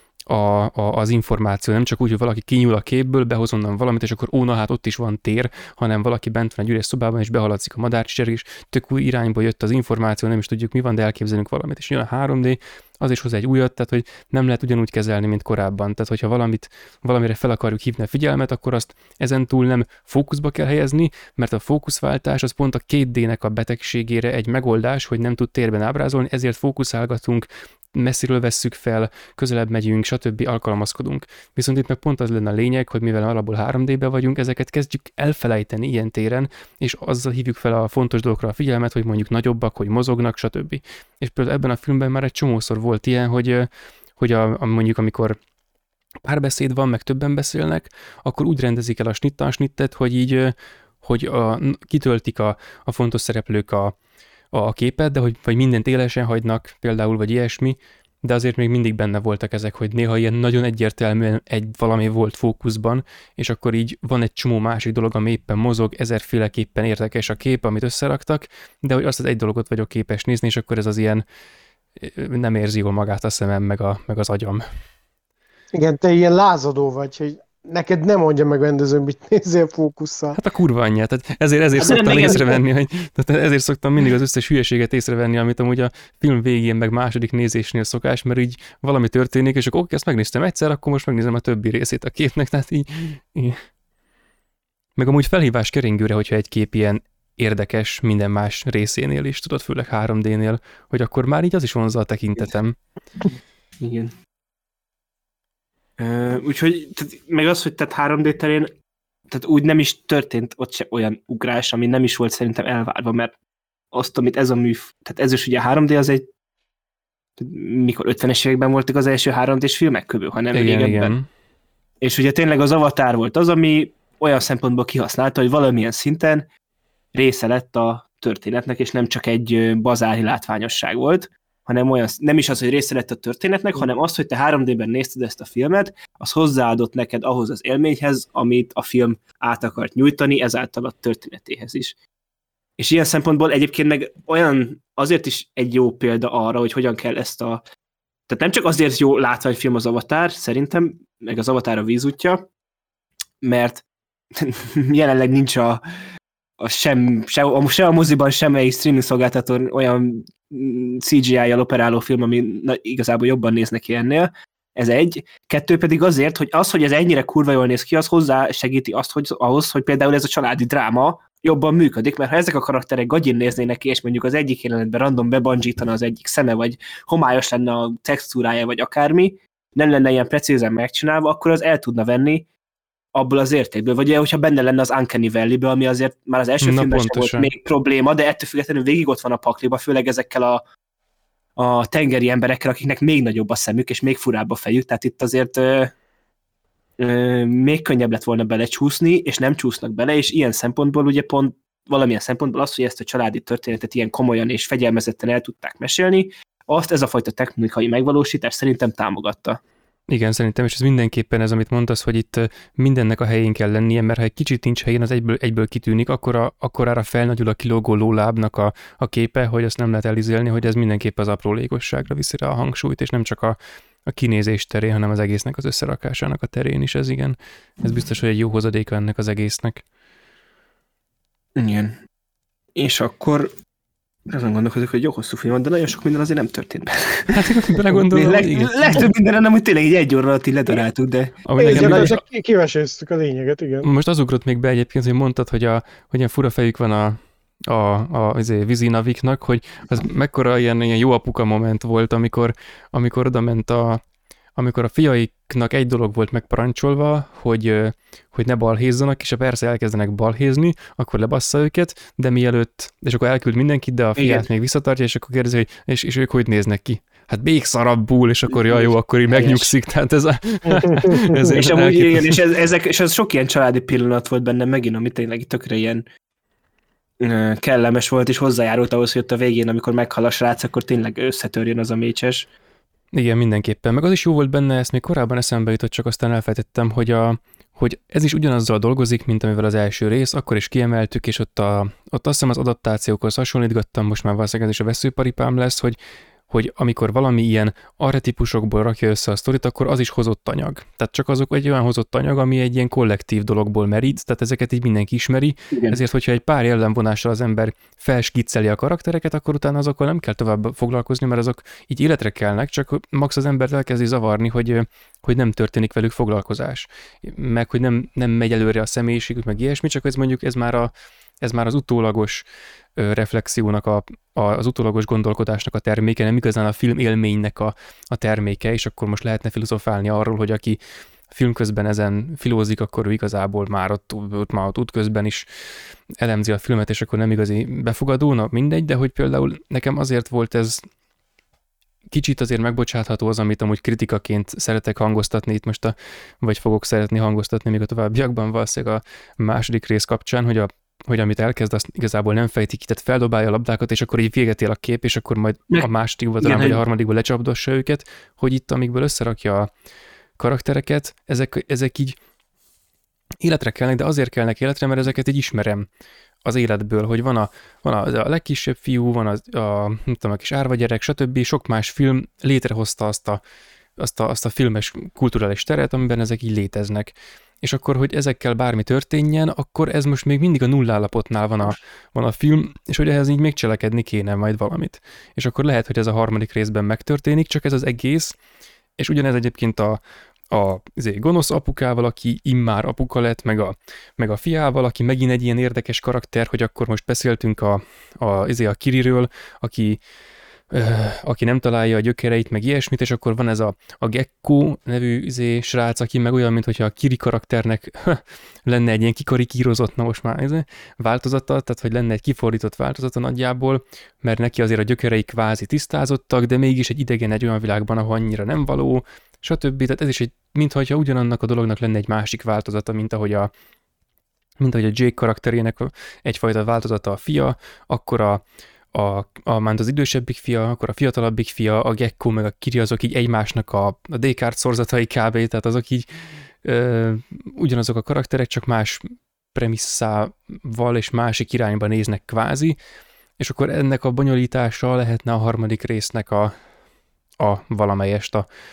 az információ, nem csak úgy, hogy valaki kinyúl a képből, behoz onnan valamit, és akkor hát ott is van tér, hanem valaki bent van egy üres szobában, és behaladszik a madárcsicsere, és tök új irányba jött az információ, nem is tudjuk mi van, de elképzelünk valamit. És jön a 3D, az is hozzá egy újat, tehát hogy nem lehet ugyanúgy kezelni, mint korábban. Tehát, hogyha valamire fel akarjuk hívni a figyelmet, akkor azt ezentúl nem fókuszba kell helyezni, mert a fókuszváltás az pont a 2D-nek a betegségére egy megoldás, hogy nem tud térben ábrázolni, ezért fókuszálgatunk, messziről vesszük fel, közelebb megyünk, stb. Alkalmazkodunk. Viszont itt meg pont az lenne a lényeg, hogy mivel alapból 3D-be vagyunk, ezeket kezdjük elfelejteni ilyen téren, és azzal hívjuk fel a fontos dolgokra a figyelmet, hogy mondjuk nagyobbak, hogy mozognak, stb. És például ebben a filmben már egy csomószor volt ilyen, hogy mondjuk amikor párbeszéd van, meg többen beszélnek, akkor úgy rendezik el a snittet, hogy így kitöltik a fontos szereplők a képet, de vagy mindent élesen hagynak például, vagy ilyesmi, de azért még mindig benne voltak ezek, hogy néha ilyen nagyon egyértelműen valami volt fókuszban, és akkor így van egy csomó másik dolog, ami éppen mozog, ezerféleképpen érdekes a kép, amit összeraktak, de hogy azt az egy dologot vagyok képes nézni, és akkor ez az ilyen nem érzi jól magát a szemem, meg az agyam. Igen, te ilyen lázadó vagy, hogy neked nem mondja meg rendező, mit nézzél fókusszal. Hát a kurva anyját, tehát ezért szoktam észrevenni, tehát ezért szoktam mindig az összes hülyeséget észrevenni, amit amúgy a film végén, meg második nézésnél szokás, mert így valami történik, és akkor ezt megnéztem egyszer, akkor most megnézem a többi részét a képnek, tehát így. Meg amúgy felhívás keringőre, hogyha egy kép ilyen érdekes minden más részénél is, tudod, főleg 3D-nél, hogy akkor már így az is vonzza a tekintetem. Igen. Úgyhogy, meg az, hogy tehát 3D terén, tehát úgy nem is történt ott se olyan ugrás, ami nem is volt szerintem elvárva, mert azt, amit ez a tehát ez is ugye a 3D az egy, mikor 50-es években voltak az első 3D-s filmek körül, hanem régebben. Igen. És ugye tényleg az Avatar volt az, ami olyan szempontból kihasználta, hogy valamilyen szinten része lett a történetnek, és nem csak egy bazári látványosság volt, hanem olyan, nem is az, hogy része lett a történetnek, hanem az, hogy te 3D-ben nézted ezt a filmet, az hozzáadott neked ahhoz az élményhez, amit a film át akart nyújtani, ezáltal a történetéhez is. És ilyen szempontból egyébként meg olyan, azért is egy jó példa arra, hogy hogyan kell ezt a... Tehát nem csak azért jó látványfilm az Avatar, szerintem, meg az Avatar a vízútja, mert jelenleg nincs sem a moziban, sem egy streaming szolgáltatón olyan CGI-jal operáló film, ami igazából jobban néz neki ennél. Ez egy. Kettő pedig azért, hogy az, hogy ez ennyire kurva jól néz ki, az hozzá segíti azt, hogy ahhoz, hogy például ez a családi dráma jobban működik, mert ha ezek a karakterek gagyin néznének ki, és mondjuk az egyik jelenetben random bebandzsítana az egyik szeme, vagy homályos lenne a textúrája, vagy akármi, nem lenne ilyen precízen megcsinálva, akkor az el tudna venni abból az értékből. Vagy hogyha benne lenne az Uncanny Valley-ből, ami azért már az első filmben sem volt még probléma, de ettől függetlenül végig ott van a pakliba, főleg ezekkel a tengeri emberekkel, akiknek még nagyobb a szemük, és még furább a fejük, tehát itt azért még könnyebb lett volna belecsúszni, és nem csúsznak bele, és ilyen szempontból ugye pont valamilyen szempontból az, hogy ezt a családi történetet ilyen komolyan és fegyelmezetten el tudták mesélni, azt ez a fajta technikai megvalósítás szerintem támogatta. Igen, szerintem, és ez mindenképpen ez, amit mondasz, hogy itt mindennek a helyén kell lennie, mert ha egy kicsit nincs helyén, az egyből kitűnik, akkorára felnagyul a kilógó lólábnak a képe, hogy azt nem lehet elizélni, hogy ez mindenképp az aprólékosságra viszi rá a hangsúlyt, és nem csak a kinézés terén, hanem az egésznek az összerakásának a terén is, ez igen. Ez biztos, hogy egy jó hozadéka ennek az egésznek. Igen. És akkor azon gondolkozok, hogy jó hosszú film van, de nagyon sok minden azért nem történt be. Hát belegondolom, legtöbb minden nem, hogy tényleg egy óra alatt így ledaráltuk, de... Kiveséztük a lényeget, igen. Most az ugrott még be egyébként, hogy mondtad, hogy ilyen fura fejük van a vízinaviknak, hogy az mekkora ilyen jó apuka moment volt, amikor oda ment amikor a fiaiknak egy dolog volt megparancsolva, hogy ne balhézzanak, és ha persze elkezdenek balhézni, akkor lebassza őket, de mielőtt, és akkor elküld mindenkit, de a fiát még visszatartja, és akkor kérdezi, hogy és ők hogy néznek ki? Hát békszarabbul, és akkor jó, akkor így megnyugszik, tehát ez a... és amúgy igen, és ez sok ilyen családi pillanat volt bennem megint, ami tényleg tökre ilyen kellemes volt, és hozzájárult ahhoz, hogy ott a végén, amikor meghal a srác, akkor tényleg összetörjön az a mécses. Igen, mindenképpen. Meg az is jó volt benne, ezt még korábban eszembe jutott, csak aztán elfelejtettem, hogy ez is ugyanazzal dolgozik, mint amivel az első rész, akkor is kiemeltük, és ott azt hiszem az adaptációkhoz hasonlítgattam, most már valószínűleg ez is a veszőparipám lesz, hogy amikor valami ilyen archetípusokból rakja össze a sztorit, akkor az is hozott anyag. Tehát csak azok egy olyan hozott anyag, ami egy ilyen kollektív dologból merít, tehát ezeket így mindenki ismeri, igen. Ezért, hogyha egy pár jellemvonással az ember felskicceli a karaktereket, akkor utána azokkal nem kell tovább foglalkozni, mert azok így életre kelnek, csak max az embert elkezdi zavarni, hogy nem történik velük foglalkozás. Meg hogy nem megy előre a személyiségük, meg ilyesmi, csak ez már az utólagos reflexiónak, az utólagos gondolkodásnak a terméke, nem igazán a film élménynek a terméke, és akkor most lehetne filozofálni arról, hogy aki film közben ezen filózik, akkor ő igazából már ott útközben is elemzi a filmet, és akkor nem igazi befogadó, na mindegy, de hogy például nekem azért volt ez kicsit azért megbocsátható az, amit amúgy kritikaként szeretek hangoztatni itt most, vagy fogok szeretni hangoztatni még a továbbiakban, valószínűleg a második rész kapcsán, hogy amit elkezd, azt igazából nem fejti ki, tehát feldobálja a labdákat, és akkor így véget ér a kép, és akkor majd a másodikban talán, vagy a harmadikban lecsapdossa őket, hogy itt, amikből összerakja a karaktereket, ezek így életre kelnek, de azért kelnek életre, mert ezeket így ismerem. az életből, hogy van a legkisebb fiú, van nem tudom, a kis árva gyerek, stb. Sok más film létrehozta azt a filmes kulturális teret, amiben ezek így léteznek. És akkor, hogy ezekkel bármi történjen, akkor ez most még mindig a nullállapotnál van a film, és hogy ehhez így még cselekedni kéne majd valamit. És akkor lehet, hogy ez a harmadik részben megtörténik, csak ez az egész, és ugyanez egyébként a gonosz apukával, aki immár apuka lett, meg a fiával, aki megint egy ilyen érdekes karakter, hogy akkor most beszéltünk a Kiriről, aki nem találja a gyökereit, meg ilyesmit, és akkor van ez a Gekko nevű srác, aki meg olyan, mintha a Kiri karakternek lenne egy ilyen kikarikírozott, na most már változata, tehát hogy lenne egy kifordított változata nagyjából, mert neki azért a gyökerei kvázi tisztázottak, de mégis egy idegen egy olyan világban, ahol annyira nem való, stb. Tehát ez is mintha ugyanannak a dolognak lenne egy másik változata, mint ahogy a Jake karakterének egyfajta változata a fia, akkor az idősebbik fia, akkor a fiatalabbik fia, a Gekko meg a Kiri, azok így egymásnak a Descartes szorzatai kb. Tehát azok így ugyanazok a karakterek, csak más premisszával és másik irányba néznek kvázi, és akkor ennek a bonyolítása lehetne a harmadik résznek a valamelyest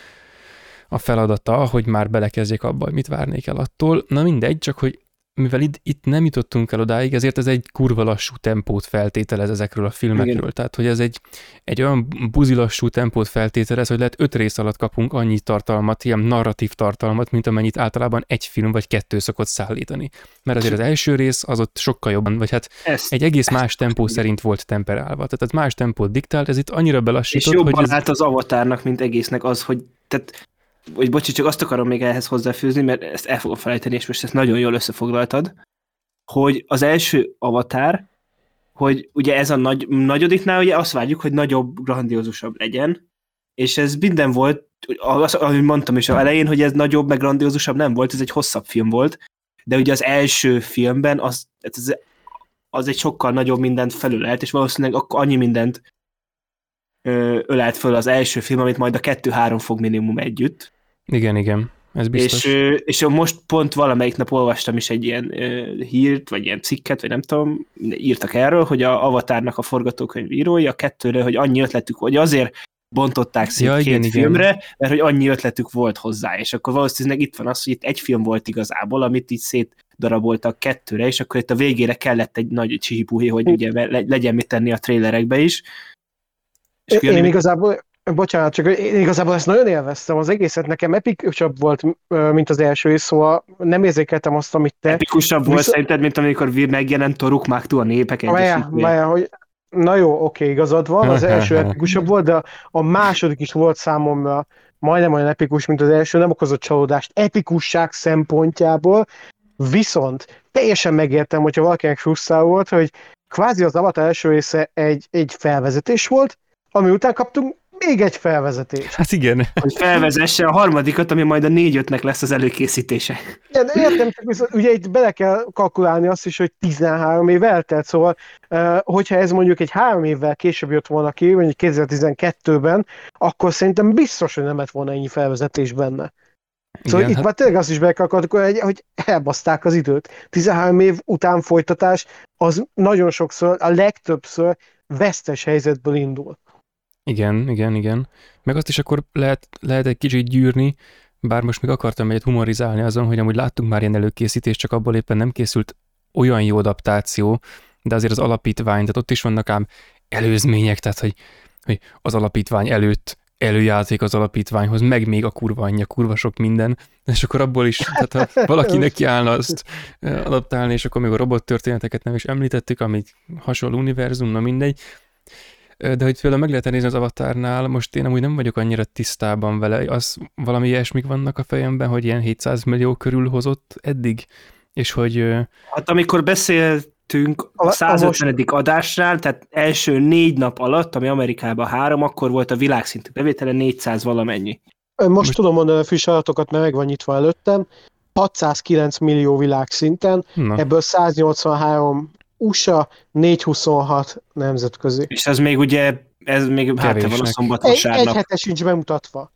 a feladata, hogy már belekezdjék abba, hogy mit várnék el attól. Na mindegy, csak hogy mivel itt nem jutottunk el odáig, ezért ez egy kurva lassú tempót feltételez ezekről a filmekről. Igen. Tehát, hogy ez egy olyan buzilassú tempót feltételez, hogy lehet 5 rész alatt kapunk annyi tartalmat, ilyen narratív tartalmat, mint amennyit általában egy film vagy 2 szokott szállítani. Mert azért az első rész az ott sokkal jobban, vagy hát egy egész más tempó szerint volt temperálva. Tehát más tempót diktált, ez itt annyira belassított, és jobban állt az Avatárnak, mint egésznek az, hogy bocsi, csak azt akarom még ehhez hozzáfűzni, mert ezt el fogom felejteni, és most ezt nagyon jól összefoglaltad, hogy az első Avatár, hogy ugye ez a nagyodiknál ugye azt várjuk, hogy nagyobb, grandiózusabb legyen, és ez minden volt, ahogy mondtam is az elején, hogy ez nagyobb, meg grandiózusabb nem volt, ez egy hosszabb film volt, de ugye az első filmben az egy sokkal nagyobb mindent felölelt, és valószínűleg akkor annyi mindent ölelt föl az első film, amit majd a 2-3 fog minimum együtt. Igen, ez biztos. És most pont valamelyik nap olvastam is egy ilyen hírt, vagy ilyen cikket, vagy nem tudom, írtak erről, hogy a Avatárnak a forgatókönyv írói a 2-ről, hogy annyi ötletük, hogy azért bontották szét két filmre, mert hogy annyi ötletük volt hozzá, és akkor valószínűleg itt van az, hogy itt egy film volt igazából, amit így szétdaraboltak 2-re, és akkor itt a végére kellett egy nagy csihipúhé, hogy ugye legyen mit tenni a trailerekbe is. Én igazából, bocsánat, csak én igazából ezt nagyon élveztem, az egészet nekem epikusabb volt, mint az első rész, szóval nem érzékeltem azt, amit te... Epikusabb volt szerinted, mint amikor megjelent Toruk Mágtú a népek egyesítménye. Hogy... Na jó, oké, igazad van, az első epikusabb volt, de a második is volt számomra majdnem olyan epikus, mint az első, nem okozott csalódást epikusság szempontjából, viszont teljesen megértem, hogyha valakinek frusztrál volt, hogy kvázi az Avatar első része egy felvezetés volt, ami után kaptunk még egy felvezetést. Hát igen. Hogy felvezesse a harmadikat, ami majd a 4-5-nek lesz az előkészítése. Igen, értem, csak viszont ugye itt bele kell kalkulálni azt is, hogy 13 év eltelt, szóval hogyha ez mondjuk egy 3 évvel később jött volna ki, mondjuk 2012-ben, akkor szerintem biztos, hogy nem lett volna ennyi felvezetés benne. Szóval igen, itt már tényleg azt is be kell kalkulálni, hogy elbaszták az időt. 13 év után folytatás az nagyon sokszor, a legtöbbször vesztes helyzetből indul. Igen. Meg azt is akkor lehet egy kicsit gyűrni, bár most még akartam egyet humorizálni azon, hogy amúgy láttunk már ilyen előkészítést, csak abból éppen nem készült olyan jó adaptáció, de azért az alapítvány, tehát ott is vannak ám előzmények, tehát hogy az alapítvány előtt előjáték az alapítványhoz, meg még a kurva anyja, kurva sok minden, és akkor abból is, tehát ha valaki neki állna azt adaptálni, és akkor még a robot történeteket nem is említettük, ami hasonló univerzum, na mindegy. De hogy például meg lehet nézni az Avatárnál, most én amúgy nem vagyok annyira tisztában vele, az valami ilyesmik vannak a fejemben, hogy ilyen 700 millió körül hozott eddig, és hogy... Hát amikor beszéltünk a 150. adásnál, tehát első 4 nap alatt, ami Amerikában 3, akkor volt a világszintű bevétele 400 valamennyi. Most tudom mondani a friss adatokat, mert meg van nyitva előttem. 609 millió világszinten, ebből 183 USA, 426 nemzetközi. És ez még ugye, ez még hátra van a szombat-vasárnap. Egy hete sincs bemutatva.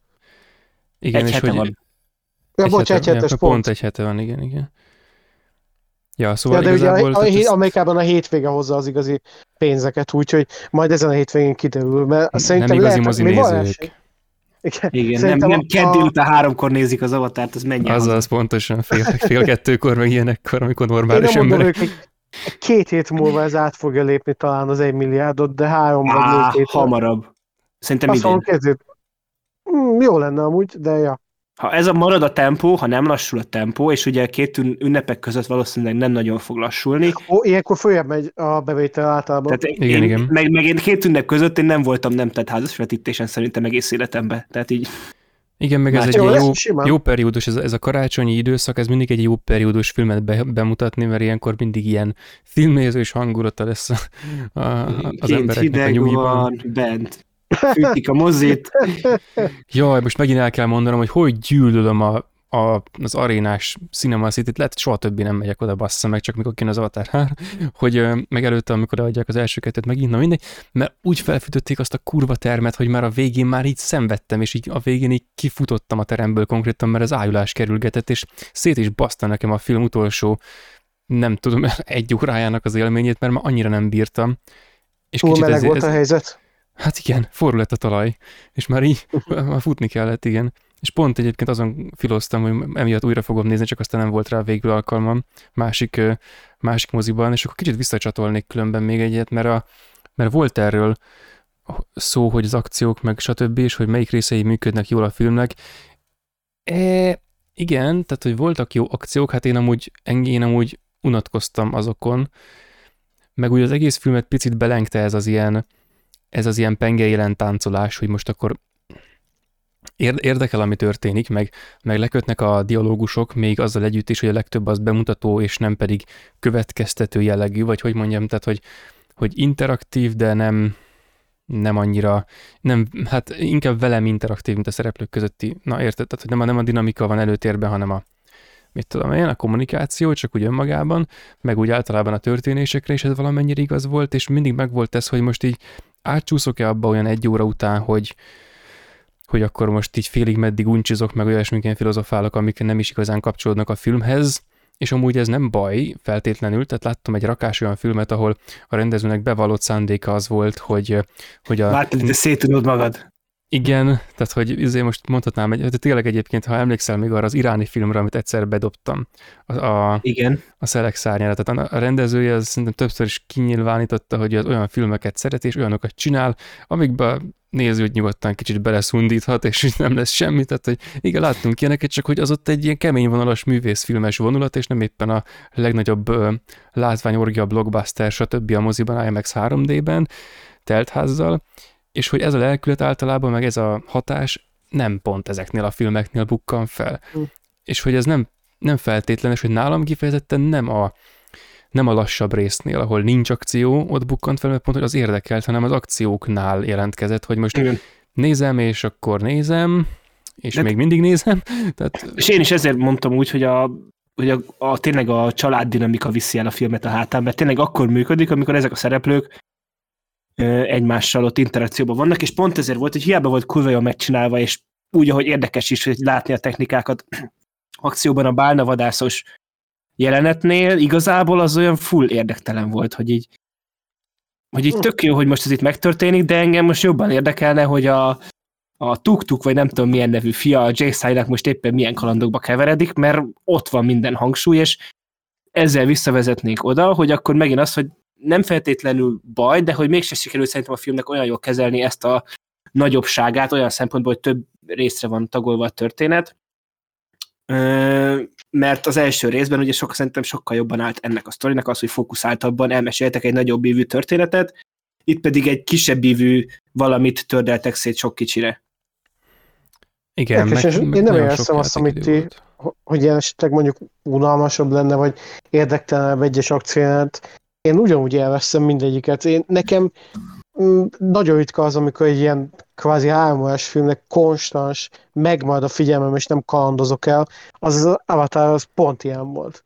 Igen, egy és hete hogy... van. Ja, bocs, egy hetes pont. Pont egy hete van, igen. Ja, szóval de igazából... ugye Amerikában a hétvége hozza az igazi pénzeket, úgyhogy majd ezen a hétvégén kiderül, mert szerintem nem igazi lehet, mozi még van nézők. esély. Igen, Szerintem nem kedd délután 3-kor nézik az Avatárt, az menjen haza. Azaz pontosan fél kettőkor, meg ilyenekkor, amikor normális én nem mondom, emberek. hogy 2 hét múlva ez át fogja lépni talán az 1 milliárdot, de 3 vagy 4 hét. Hamarabb. Szerintem Azt mondom, idén. kezdőd. Jó lenne amúgy, de ja. Ha ez a marad a tempó, ha nem lassul a tempó, és ugye 2 ünnepek között valószínűleg nem nagyon fog lassulni. Ilyenkor följebb megy a bevétel általában. Tehát Igen. Meg én 2 ünnep között én nem voltam nem tett házasvetítésen szerintem egész életemben. Tehát így... Igen, meg ez egy jó, jó periódus, ez a karácsonyi időszak, ez mindig egy jó periódus filmet bemutatni, mert ilyenkor mindig ilyen filmnézős hangulata lesz az embereknek a nyugiban. Van bent. Fűtik a mozit. Jaj, most megint el kell mondanom, hogy gyűlölöm az arénás Cinema City-t, lehet, soha többé nem megyek oda, bassza meg, csak mikor kijön az Avatar 3, hogy meg előtte, amikor adják az első 2-t, megint, na mindegy, mert úgy felfűtötték azt a kurva termet, hogy már a végén már így szenvedtem, és így a végén így kifutottam a teremből konkrétan, mert az ájulás kerülgetett, és szét is baszta nekem a film utolsó, nem tudom, 1 órájának az élményét, mert már annyira nem bírtam. És túl meleg volt a helyzet? Hát igen, forró lett a talaj, és már így már futni kellett, igen. És pont egyébként azon filoztam, hogy emiatt újra fogom nézni, csak aztán nem volt rá végül alkalmam másik moziban, és akkor kicsit visszacsatolnék különben még egyet, mert volt erről szó, hogy az akciók meg stb., és hogy melyik részei működnek jól a filmnek. Igen, tehát, hogy voltak jó akciók, hát én amúgy unatkoztam azokon, meg úgy az egész filmet picit belengte ez az ilyen pengejelen táncolás, hogy most akkor érdekel, ami történik, meg lekötnek a dialógusok, még azzal együtt is, hogy a legtöbb az bemutató, és nem pedig következtető jellegű, vagy hogy mondjam, tehát, hogy interaktív, de nem annyira, hát inkább velem interaktív, mint a szereplők közötti, na érted, tehát, hogy nem a dinamika van előtérben, hanem a kommunikáció, csak úgy önmagában, meg úgy általában a történésekre is ez valamennyire igaz volt, és mindig megvolt ez, hogy most így átcsúszok-e abba olyan 1 óra után, hogy akkor most így félig meddig uncsizok, meg olyasmiként filozofálok, amik nem is igazán kapcsolódnak a filmhez, és amúgy ez nem baj feltétlenül, tehát láttam egy rakás olyan filmet, ahol a rendezőnek bevallott szándéka az volt, hogy Látod, de szétudod magad. Igen, tehát hogy azért most mondhatnám, de tényleg egyébként, ha emlékszel még arra az iráni filmre, amit egyszer bedobtam, Igen. A Szelek szárnyára, tehát a rendezője az szerintem többször is kinyilvánította, hogy az olyan filmeket szeret, és olyanokat csinál, amikben nézőt nyugodtan kicsit beleszundíthat, és nem lesz semmi, tehát hogy igen, láttunk ilyeneket, csak hogy az ott egy ilyen kemény vonalas művészfilmes vonulat, és nem éppen a legnagyobb látványorgia blockbuster, stb. A moziban IMAX 3D-ben, teltházzal, és hogy ez a lelkület általában, meg ez a hatás nem pont ezeknél a filmeknél bukkan fel. És hogy ez nem feltétlenes, hogy nálam kifejezetten nem a lassabb résznél, ahol nincs akció, ott bukkant fel, mert pont hogy az érdekelt, hanem az akcióknál jelentkezett, hogy most nézem, és akkor nézem, és még mindig nézem. Tehát... És én is ezért mondtam úgy, hogy tényleg a családdinamika viszi el a filmet a hátán, mert tényleg akkor működik, amikor ezek a szereplők egymással ott interakcióban vannak, és pont ezért volt, hogy hiába volt kurva jól megcsinálva, és úgy, ahogy érdekes is, hogy látni a technikákat akcióban a bálnavadászos jelenetnél, igazából az olyan full érdektelen volt, hogy így tök jó, hogy most ez itt megtörténik, de engem most jobban érdekelne, hogy a Tuk-Tuk, vagy nem tudom milyen nevű fia, a Jay-Szájnak most éppen milyen kalandokba keveredik, mert ott van minden hangsúly, és ezzel visszavezetnék oda, hogy akkor megint az, hogy nem feltétlenül baj, de hogy mégse sikerült szerintem a filmnek olyan jól kezelni ezt a nagyobbságát, olyan szempontból, hogy több részre van tagolva a történet, mert az első részben ugye szerintem sokkal jobban állt ennek a sztorinak az, hogy fókuszáltabban elmeséltek egy nagyobb ívű történetet, itt pedig egy kisebb ívű valamit tördeltek szét sok kicsire. Igen, én nem éreztem azt, amit hogy esetleg mondjuk unalmasabb lenne, vagy érdektelenebb egyes akcióját. Én ugyanúgy elveszem mindegyiket. Nekem nagyon ritka az, amikor egy ilyen kvázi 3 órás filmnek konstans, megmarad a figyelmem, és nem kalandozok el. Az Avatar az pont ilyen volt.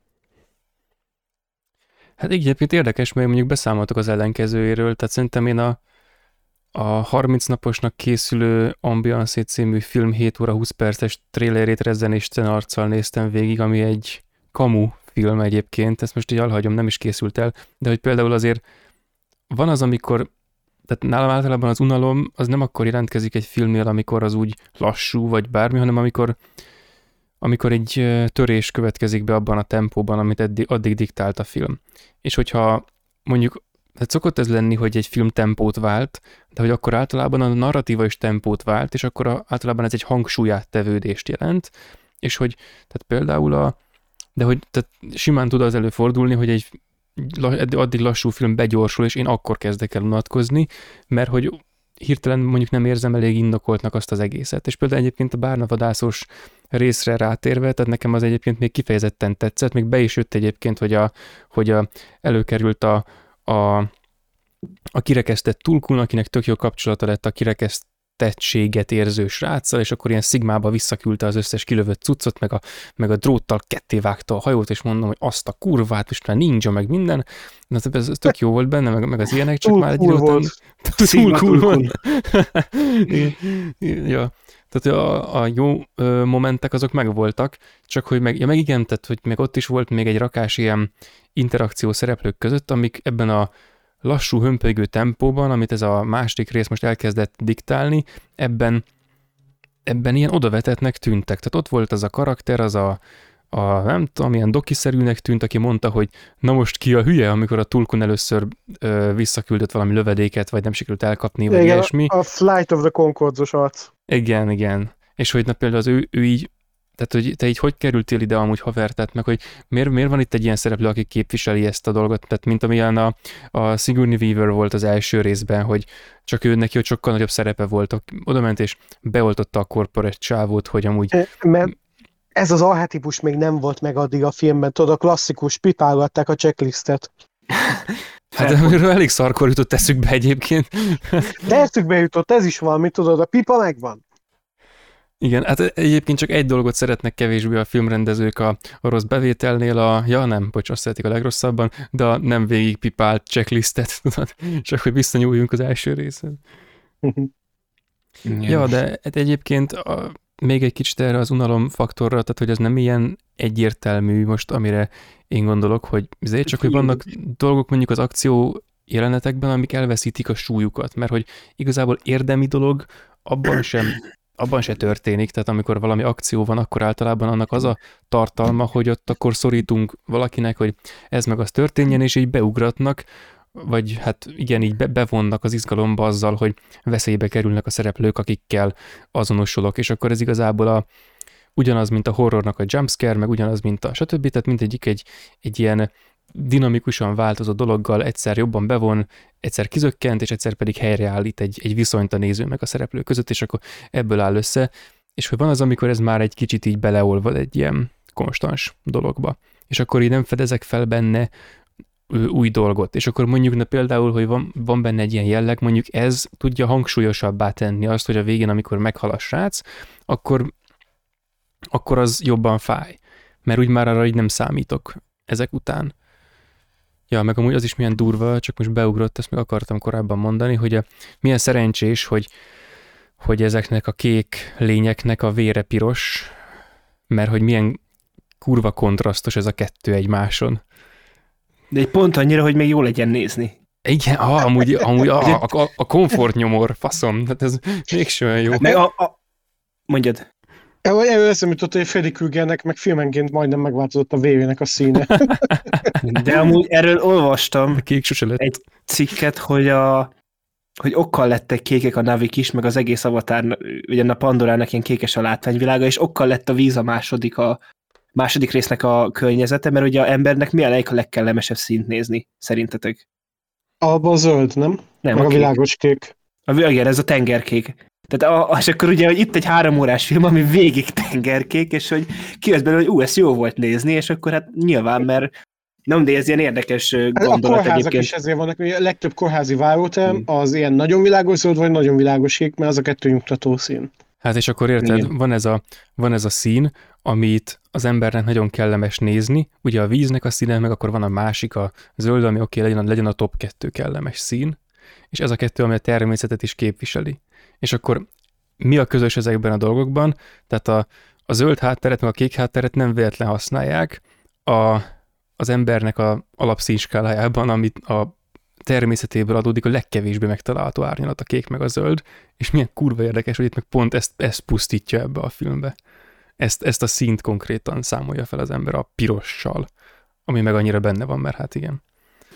Hát egyébként érdekes, mert mondjuk beszámoltok az ellenkezőjéről, tehát szerintem én a 30 naposnak készülő Ambiance című film 7 óra 20 perces trailerét rezzenésten arccal néztem végig, ami egy kamu film egyébként, ezt most így elhagyom, nem is készült el, de hogy például azért van az, amikor, tehát nálam általában az unalom az nem akkor jelentkezik egy filmnél, amikor az úgy lassú, vagy bármi, hanem amikor egy törés következik be abban a tempóban, amit addig diktált a film. És hogyha mondjuk, tehát szokott ez lenni, hogy egy film tempót vált, de hogy akkor általában a narratíva is tempót vált, és akkor általában ez egy hangsúlyáttevődést jelent, és hogy, tehát például tehát simán tud az előfordulni, hogy egy addig lassú film begyorsul, és én akkor kezdek el unatkozni, mert hogy hirtelen mondjuk nem érzem elég indokoltnak azt az egészet. És például egyébként a bárnavadászos részre rátérve, tehát nekem az egyébként még kifejezetten tetszett, még be is jött egyébként, hogy előkerült a kirekesztett Tulkun, akinek tök jó kapcsolata lett a kirekesztettséget érző sráccal, és akkor ilyen szigmába visszaküldte az összes kilövött cuccot, meg a dróttal kettévágta a hajót, és mondom, hogy azt a kurvát, most már ninja, meg minden. Na, ez tök jó volt benne, meg az ilyenek, csak már egy idő után... Túl cool volt. Ja. Tehát a jó momentek azok megvoltak, csak hogy meg igen, tehát hogy meg ott is volt még egy rakás ilyen interakció szereplők között, amik ebben a lassú, hömpölygő tempóban, amit ez a második rész most elkezdett diktálni, ebben ilyen odavetetnek tűntek. Tehát ott volt az a karakter, az a nem tudom, ilyen dokiszerűnek tűnt, aki mondta, hogy na most ki a hülye, amikor a Tulkun először visszaküldött valami lövedéket, vagy nem sikerült elkapni, vagy igen, ilyesmi. A Flight of the Conchords-os arc. Igen. És hogy na például az ő így, tehát hogy te így hogy kerültél ide amúgy haver, tehát meg hogy miért van itt egy ilyen szereplő, aki képviseli ezt a dolgot, tehát mint amilyen a Sigourney Weaver volt az első részben, hogy csak ő neki, hogy sokkal nagyobb szerepe volt, oda ment és beoltotta a corporate csávót, hogy amúgy... Mert ez az archetípus még nem volt meg addig a filmben, tudod, a klasszikus, pipálgatták a checklistet. Hát amiről elég szarkor jutott eszükbe egyébként. De eszükbe jutott, ez is valami, tudod, a pipa megvan. Igen, hát egyébként csak egy dolgot szeretnek kevésbé a filmrendezők a rossz bevételnél, azt szeretik a legrosszabban, de a nem végig pipált checklistet, tudod, csak hogy visszanyúljunk az első részhez. Ja, de egyébként még egy kicsit erre az unalom faktorra, tehát hogy ez nem ilyen egyértelmű most, amire én gondolok, hogy azért csak, hogy vannak dolgok mondjuk az akció jelenetekben, amik elveszítik a súlyukat, mert hogy igazából érdemi dolog abban se történik, tehát amikor valami akció van, akkor általában annak az a tartalma, hogy ott akkor szorítunk valakinek, hogy ez meg az történjen, és így beugratnak, vagy hát igen, így bevonnak az izgalomba azzal, hogy veszélybe kerülnek a szereplők, akikkel azonosulok, és akkor ez igazából ugyanaz, mint a horrornak a jumpscare, meg ugyanaz, mint a stb., tehát mindegyik egy ilyen dinamikusan változó dologgal egyszer jobban bevon, egyszer kizökkent, és egyszer pedig helyreállít egy viszonyt a néző meg a szereplő között, és akkor ebből áll össze, és hogy van az, amikor ez már egy kicsit így beleolvad egy ilyen konstans dologba, és akkor így nem fedezek fel benne új dolgot, és akkor mondjuk például, hogy van benne egy ilyen jelleg, mondjuk ez tudja hangsúlyosabbá tenni azt, hogy a végén, amikor meghal a srác, akkor az jobban fáj, mert úgy már arra így nem számítok ezek után. Ja, meg amúgy az is milyen durva, csak most beugrott, ezt még akartam korábban mondani, hogy milyen szerencsés, hogy ezeknek a kék lényeknek a vére piros, mert hogy milyen kurva kontrasztos ez a kettő egymáson. De egy pont annyira, hogy még jó legyen nézni. Igen, amúgy a komfortnyomor, faszom, hát ez mégsem olyan jó. Meg mondjad. Erről eszembe jutott, hogy Freddy Kruegernek meg filmenként majdnem megváltozott a vérének a színe. De amúgy erről olvastam kék sose lett. egy cikket, hogy okkal lettek kékek a navik is, meg az egész Avatar, ugye a Pandorának ilyen kékes a látványvilága, és okkal lett a víz a második résznek a környezete, mert ugye az embernek mi a legkellemesebb színt nézni, szerintetek? Abban zöld, nem? Nem, meg a világos kék. Igen, ez a tengerkék. Tehát és akkor ugye hogy itt egy 3 órás film, ami végig tengerkék, és hogy kijött belőle, hogy ez jó volt nézni, és akkor hát nyilván, mert nem, de ez ilyen érdekes gondolat a kórházak egyébként. is ezért vannak, hogy a legtöbb kórházi váróterm az ilyen nagyon világos zöld, vagy nagyon világos kék, mert az a kettő nyugtató szín. Hát és akkor érted, van ez a szín, amit az embernek nagyon kellemes nézni, ugye a víznek a színe, meg akkor van a másik, a zöld, ami legyen a top 2 kellemes szín, és ez a kettő, ami a természetet is képviseli. És akkor mi a közös ezekben a dolgokban? Tehát a zöld hátteret, meg a kék hátteret nem véletlen használják, az embernek a alapszínskálájában, amit a természetéből adódik, a legkevésbé megtalálható árnyalat, a kék meg a zöld, és milyen kurva érdekes, hogy itt meg pont ezt pusztítja ebbe a filmbe. Ezt a színt konkrétan számolja fel az ember a pirossal, ami meg annyira benne van, mert hát igen.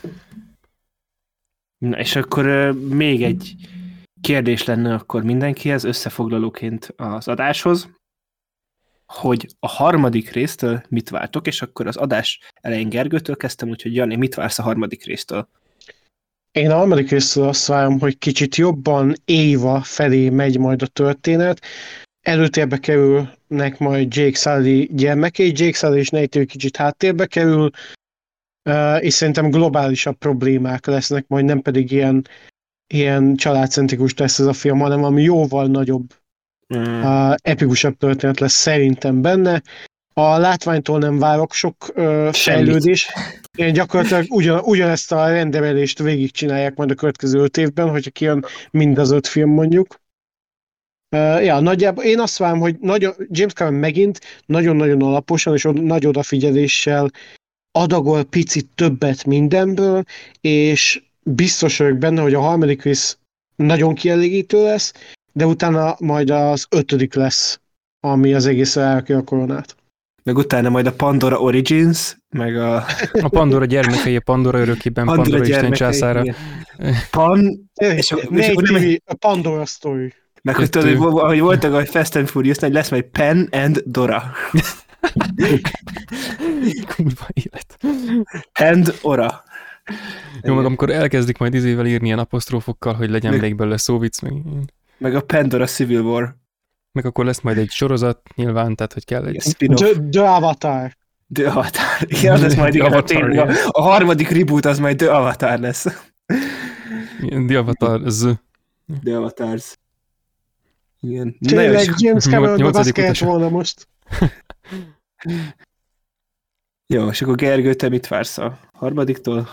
Na, és akkor még egy kérdés lenne akkor mindenkihez, összefoglalóként az adáshoz, hogy a harmadik résztől mit vártok, és akkor az adás elején Gergőtől kezdtem, úgyhogy Jani, mit vársz a harmadik résztől? Én a harmadik résztől azt várom, hogy kicsit jobban Éva felé megy majd a történet. Előtérbe kerülnek majd Jake Sully gyermekei, Jake Sully és Nate kicsit háttérbe kerül, és szerintem globálisabb problémák lesznek, majd nem pedig ilyen családcentrikus lesz ez a film, hanem ami jóval nagyobb, epikusabb történet lesz szerintem benne. A látványtól nem várok sok fejlődés. Én gyakorlatilag ugyanezt a rendelést végigcsinálják majd a következő 5 évben, hogyha kijön mind az 5 film mondjuk. Nagyjából én azt várom, hogy James Cameron megint nagyon-nagyon alaposan és nagy odafigyeléssel adagol picit többet mindenből, és biztos vagyok benne, hogy a harmadik rész nagyon kielégítő lesz, de utána majd az 5. lesz, ami az egészre elrakja a koronát. Meg utána majd a Pandora Origins, meg a Pandora gyermekei, a Pandora örökében, Pandora Isten császára. A Pandora Story. Meg hogy tudod, hogy voltak a Fast and Furious, hogy lesz majd Pen and Dora. Kurva élet. And Ora. Jó, meg amikor elkezdik majd izével írni ilyen apostrófokkal, hogy legyen még belőle szóvic, meg a Pandora Civil War. Meg akkor lesz majd egy sorozat nyilván, tehát hogy kell egy... The Avatar. The Avatar. Igen, lesz majd a harmadik reboot az majd The Avatar lesz. The Avatars. The Avatars. Igen. Tényleg James Cameronnak azt kellett volna most. Jó, és akkor Gergő, te mit vársz a harmadiktól?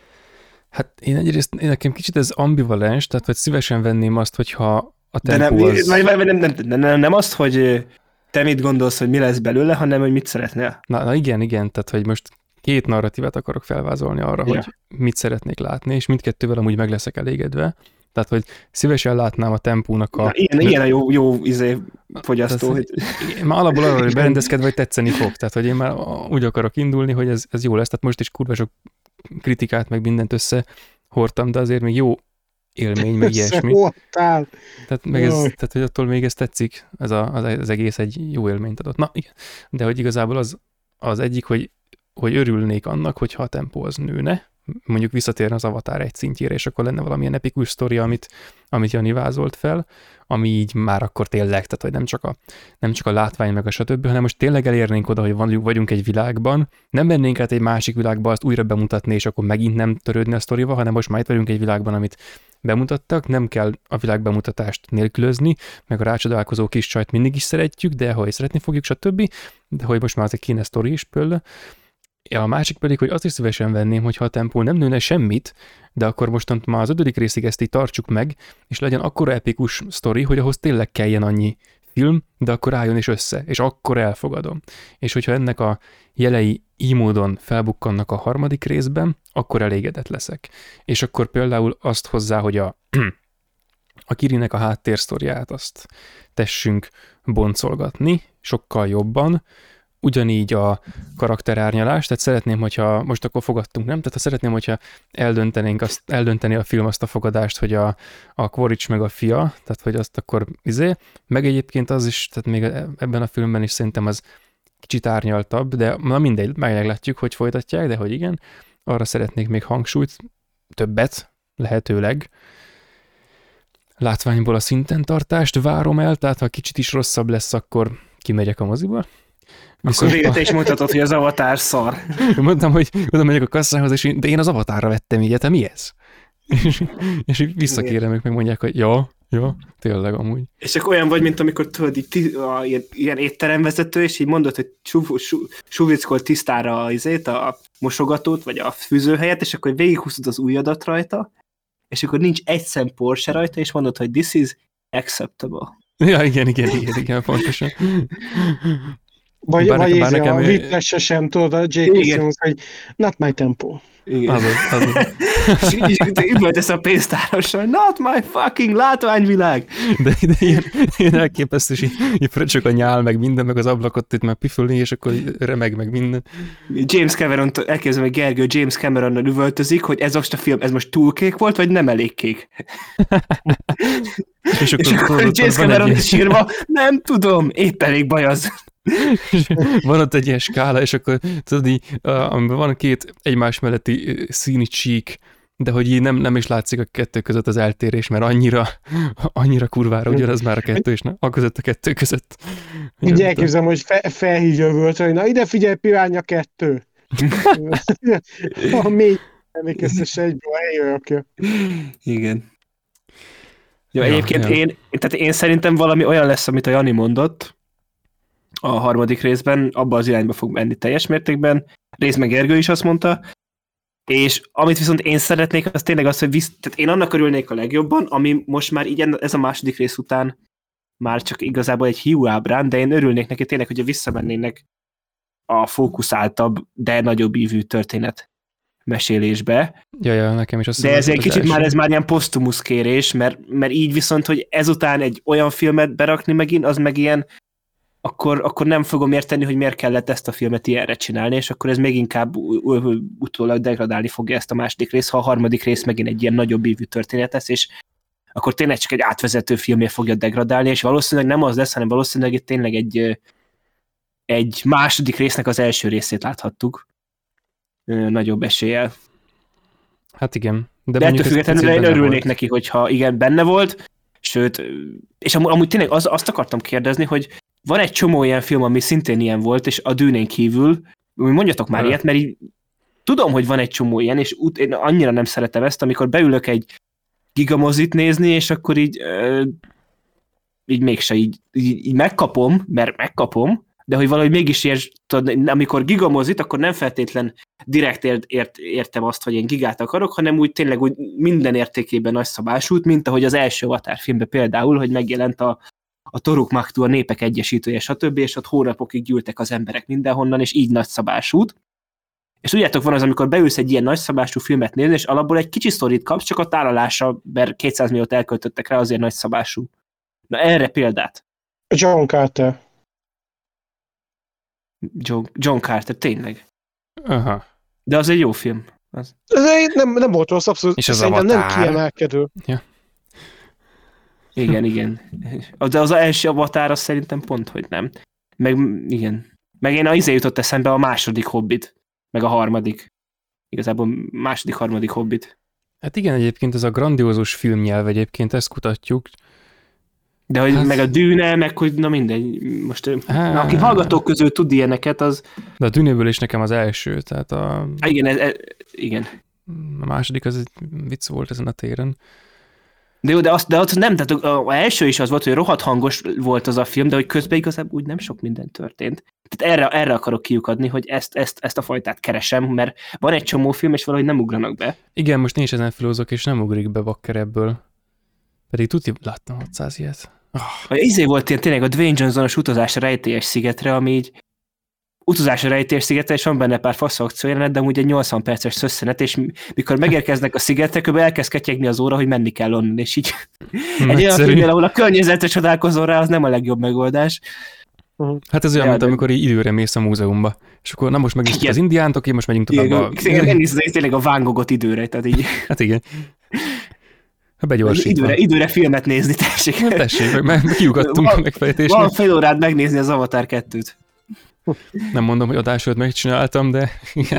Hát én egyrészt, nekem kicsit ez ambivalens, tehát hogy szívesen venném azt, hogyha a tempó nem azt, hogy te mit gondolsz, hogy mi lesz belőle, hanem hogy mit szeretnél. Na igen, tehát hogy most 2 narratívát akarok felvázolni arra, hogy mit szeretnék látni, és mindkettővel amúgy meg leszek elégedve. Tehát, hogy szívesen látnám a tempónak a... Ilyen a jó fogyasztó. Én már alapból arra, hogy berendezkedve, hogy tetszeni fog. Tehát, hogy én már úgy akarok indulni, hogy ez jó lesz. Tehát most is kurva sok kritikát, meg mindent összehordtam, de azért még jó élmény, meg ilyesmi. Tehát, tehát, hogy attól még ez tetszik, az egész egy jó élményt adott. Na, igen. De hogy igazából az egyik, hogy örülnék annak, hogyha a tempó az nőne, mondjuk visszatérne az Avatar egy szintjére, és akkor lenne valamilyen epikus sztori, amit Jani vázolt fel, ami így már akkor tényleg, tehát hogy nem csak a látvány meg a stb., hanem most tényleg elérnénk oda, hogy vagyunk egy világban, nem mennénk át egy másik világba azt újra bemutatni, és akkor megint nem törődni a sztorival, hanem most már itt vagyunk egy világban, amit bemutattak, nem kell a világ bemutatást nélkülözni, meg a rácsodálkozó kis csajt mindig is szeretjük, de ha szeretni fogjuk, stb., de hogy most már azért kéne sztori is például. A másik pedig, hogy azt is szívesen venném, hogyha a tempó nem nőne semmit, de akkor mostant már az 5. részig ezt így tartsuk meg, és legyen akkora epikus sztori, hogy ahhoz tényleg kelljen annyi film, de akkor álljon is össze, és akkor elfogadom. És hogyha ennek a jelei így módon felbukkannak a harmadik részben, akkor elégedett leszek. És akkor például azt hozzá, hogy a Kirinek a háttérsztoriát azt tessünk boncolgatni, sokkal jobban, ugyanígy a karakterárnyalást, tehát szeretném, hogyha most akkor fogadtunk, nem? Tehát szeretném, hogyha eldönteni a film azt a fogadást, hogy a Quaritch meg a fia, tehát hogy azt akkor meg egyébként az is, tehát még ebben a filmben is szerintem az kicsit árnyaltabb, de na mindegy, meglátjuk, hogy folytatják, de hogy igen, arra szeretnék még hangsúlyt, többet, lehetőleg. Látványból a szinten-tartást várom el, tehát ha kicsit is rosszabb lesz, akkor kimegyek a moziba. Akkor végre te is mondhatod, hogy az Avatar szar. Mondtam, hogy oda megyek a kasszához, de én az Avatarra vettem így, te mi ez? És így visszakérem, ők megmondják, hogy ja, tényleg amúgy. És csak olyan vagy, mint amikor tudod, ilyen étteremvezető, és így mondod, hogy suvickolt tisztára a mosogatót, vagy a fűzőhelyet, és akkor végighúzod az ujjadat rajta, és akkor nincs egy szem por se rajta, és mondod, hogy this is acceptable. Ja, igen, pontosan. Vagy Bár nekem- ez bár a nekem- Whiplash sem, tudod, a J.K. Igen. Simmons, hogy not my tempo. Igen. Azaz. És így üvöltesz a pénztárossal, not my fucking látványvilág! De ilyen elképesztő, és így fröcsök a nyál, meg minden, meg az ablakot itt már pifölni, és akkor remeg meg minden. James Cameron, elkezdem, hogy Gergő James Cameronnal üvöltözik, hogy ez most a film, ez most túl kék volt, vagy nem elég kék? És És akkor tudod, James van egy Cameron ilyen- is írva, nem tudom, épp elég baj az. van ott egy ilyen skála, és akkor tudod így, amiben van két egymás melletti színi csík, de hogy így nem is látszik a kettő között az eltérés, mert annyira kurvára ugyanaz már a kettő, és a között a kettő között. Így elképzelem, hogy felhívja a völgyre, hogy na ide figyelj, Piránya 2. A mély emlékeztesse egyből, eljöjjök. Igen. Jó, Ja, egyébként ja. én szerintem valami olyan lesz, amit a Jani mondott a harmadik részben, abba az irányba fog menni teljes mértékben. Részben Gergő is azt mondta, és amit viszont én szeretnék, az tényleg az, hogy tehát én annak örülnék a legjobban, ami most már így ez a második rész után már csak igazából egy hiú ábrán, de én örülnék neki tényleg, hogyha visszamennének a fókuszáltabb, de nagyobb ívű történet mesélésbe. Ja, nekem is azt De ez egy az kicsit első. ez már ilyen posztumusz kérés, mert így viszont, hogy ezután egy olyan filmet berakni megint, az meg ilyen, akkor nem fogom érteni, hogy miért kellett ezt a filmet ilyenre csinálni, és akkor ez még inkább utólag degradálni fogja ezt a második részt, ha a harmadik rész megint egy ilyen nagyobb ívű történet lesz, és akkor tényleg csak egy átvezető filmért fogja degradálni, és valószínűleg nem az lesz, hanem valószínűleg itt tényleg egy második résznek az első részét láthattuk nagyobb eséllyel. Hát igen. De mondjuk ettől ez függetlenül picit én benne örülnék volt. neki, hogyha igen, benne volt, sőt, és amúgy tényleg azt akartam kérdezni, hogy van egy csomó ilyen film, ami szintén ilyen volt, és a Dűnén kívül, mondjatok már ilyet, mert így tudom, hogy van egy csomó ilyen, és én annyira nem szeretem ezt, amikor beülök egy gigamozit nézni, és akkor így mégse így megkapom, mert megkapom, de hogy valahogy mégis amikor gigamozit, akkor nem feltétlen direkt értem azt, hogy én gigát akarok, hanem úgy tényleg úgy minden értékében nagyszabásút, mint ahogy az első Avatar filmben például, hogy megjelent a Toruk Maktu, a népek egyesítője, stb., és ott hónapokig gyűltek az emberek mindenhonnan, és így nagyszabásút. És tudjátok, van az, amikor beülsz egy ilyen nagyszabású filmet nézni, és alapból egy kicsi sztorit kapsz, csak a tálalása, mert 200 milliót elköltöttek rá, azért nagyszabású. Na erre példát. John Carter. John Carter, tényleg. Aha. De az egy jó film. Az. Ez nem volt rossz, abszolút. És az szerintem nem Avatar. kiemelkedő. Igen. De az első Avatar, az szerintem pont, hogy nem. Meg igen. Meg én izé jutott eszembe a második Hobbit. Meg a harmadik. Igazából második-harmadik Hobbit. Hát igen, egyébként ez a grandiózus filmnyelv egyébként, ezt kutatjuk. De hogy meg a Dűne, meg hogy na mindegy. Most aki hallgatók közül tud ilyeneket, az... De a Dűnéből is nekem az első, tehát Igen, igen. a második az egy vicc volt ezen a téren. De jó, de az nem, tehát az első is az volt, hogy rohadt hangos volt az a film, de hogy közben igazából úgy nem sok minden történt. Tehát erre akarok kiukadni, hogy ezt a fajtát keresem, mert van egy csomó film, és valahogy nem ugranak be. Igen, most én is ezen filózok, és nem ugrik be bakker ebből. Pedig tudja, láttam 600 ilyet. Izé volt ilyen tényleg a Dwayne Johnson-os utazás a rejtélyes szigetre, ami így utazás a rejtélyes szigetre, és van benne pár fasz akciójelenet, de amúgy egy 80 perces szösszenet, és mikor megérkeznek a szigetre, kb. Elkezd ketyegni az óra, hogy menni kell onnan, és így egy olyan filmnél, ahol a környezetre csodálkozol rá, az nem a legjobb megoldás. Hát ez olyan, mint amikor így időre mész a múzeumba, és akkor na most megnéztük az indiánt, oké, most megyünk tovább. Megnézed tényleg a Van Goghot időre, tehát így. Hát igen. Begyorsítva. Időre filmet nézni, tessék. Tessék, meg kiugattunk a megfejtésnek. Van fél órád megnézni az Avatar 2-t. Nem mondom, hogy adásod megcsináltam, de igen.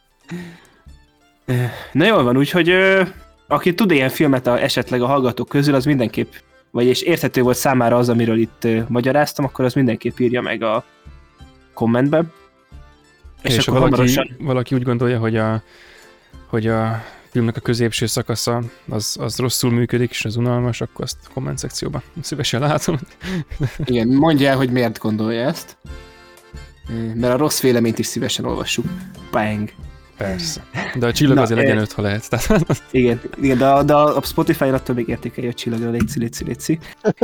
Na jól van, úgyhogy aki tud ilyen filmet esetleg a hallgatók közül, az mindenképp, vagyis érthető volt számára az, amiről itt magyaráztam, akkor az mindenképp írja meg a kommentbe. És akkor valaki úgy gondolja, hogy a filmnek a középső szakasza az rosszul működik, és az unalmas, akkor azt a komment szekcióban szívesen látom. Igen, mondja el, hogy miért gondolja ezt. Mert a rossz véleményt is szívesen olvassuk. Bang. Persze. De a csillag azért legyen 5, ha lehet. Igen, de a Spotify-on attól még értékelje a csillagra, léci.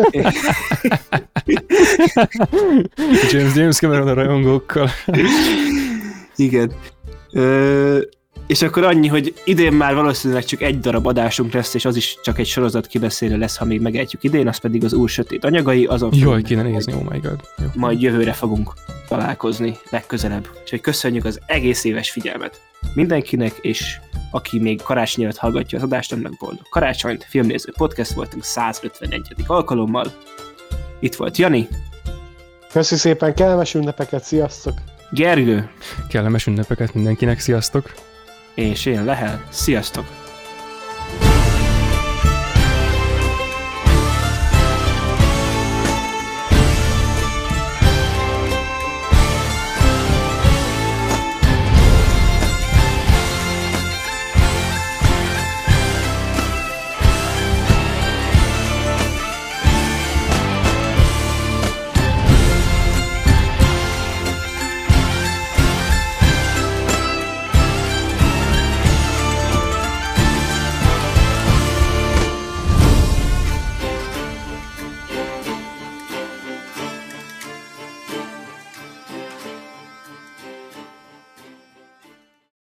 James Cameron a rajongókkal. Igen. És akkor annyi, hogy idén már valószínűleg csak egy darab adásunk lesz, és az is csak egy sorozat kibeszélő lesz, ha még megejtjük idén, az pedig az Úr Sötét Anyagai, azon Jaj, kéne nézni, oh my god. Jó. Majd jövőre fogunk találkozni legközelebb. Úgyhogy köszönjük az egész éves figyelmet mindenkinek, és aki még karácsony előtt hallgatja az adást, annak boldog karácsonyt. Filmnéző podcast voltunk 151. alkalommal. Itt volt Jani. Köszi szépen, kellemes ünnepeket, sziasztok! Gergő. Kellemes ünnepeket mindenkinek, sziasztok! És én Lehel. Sziasztok!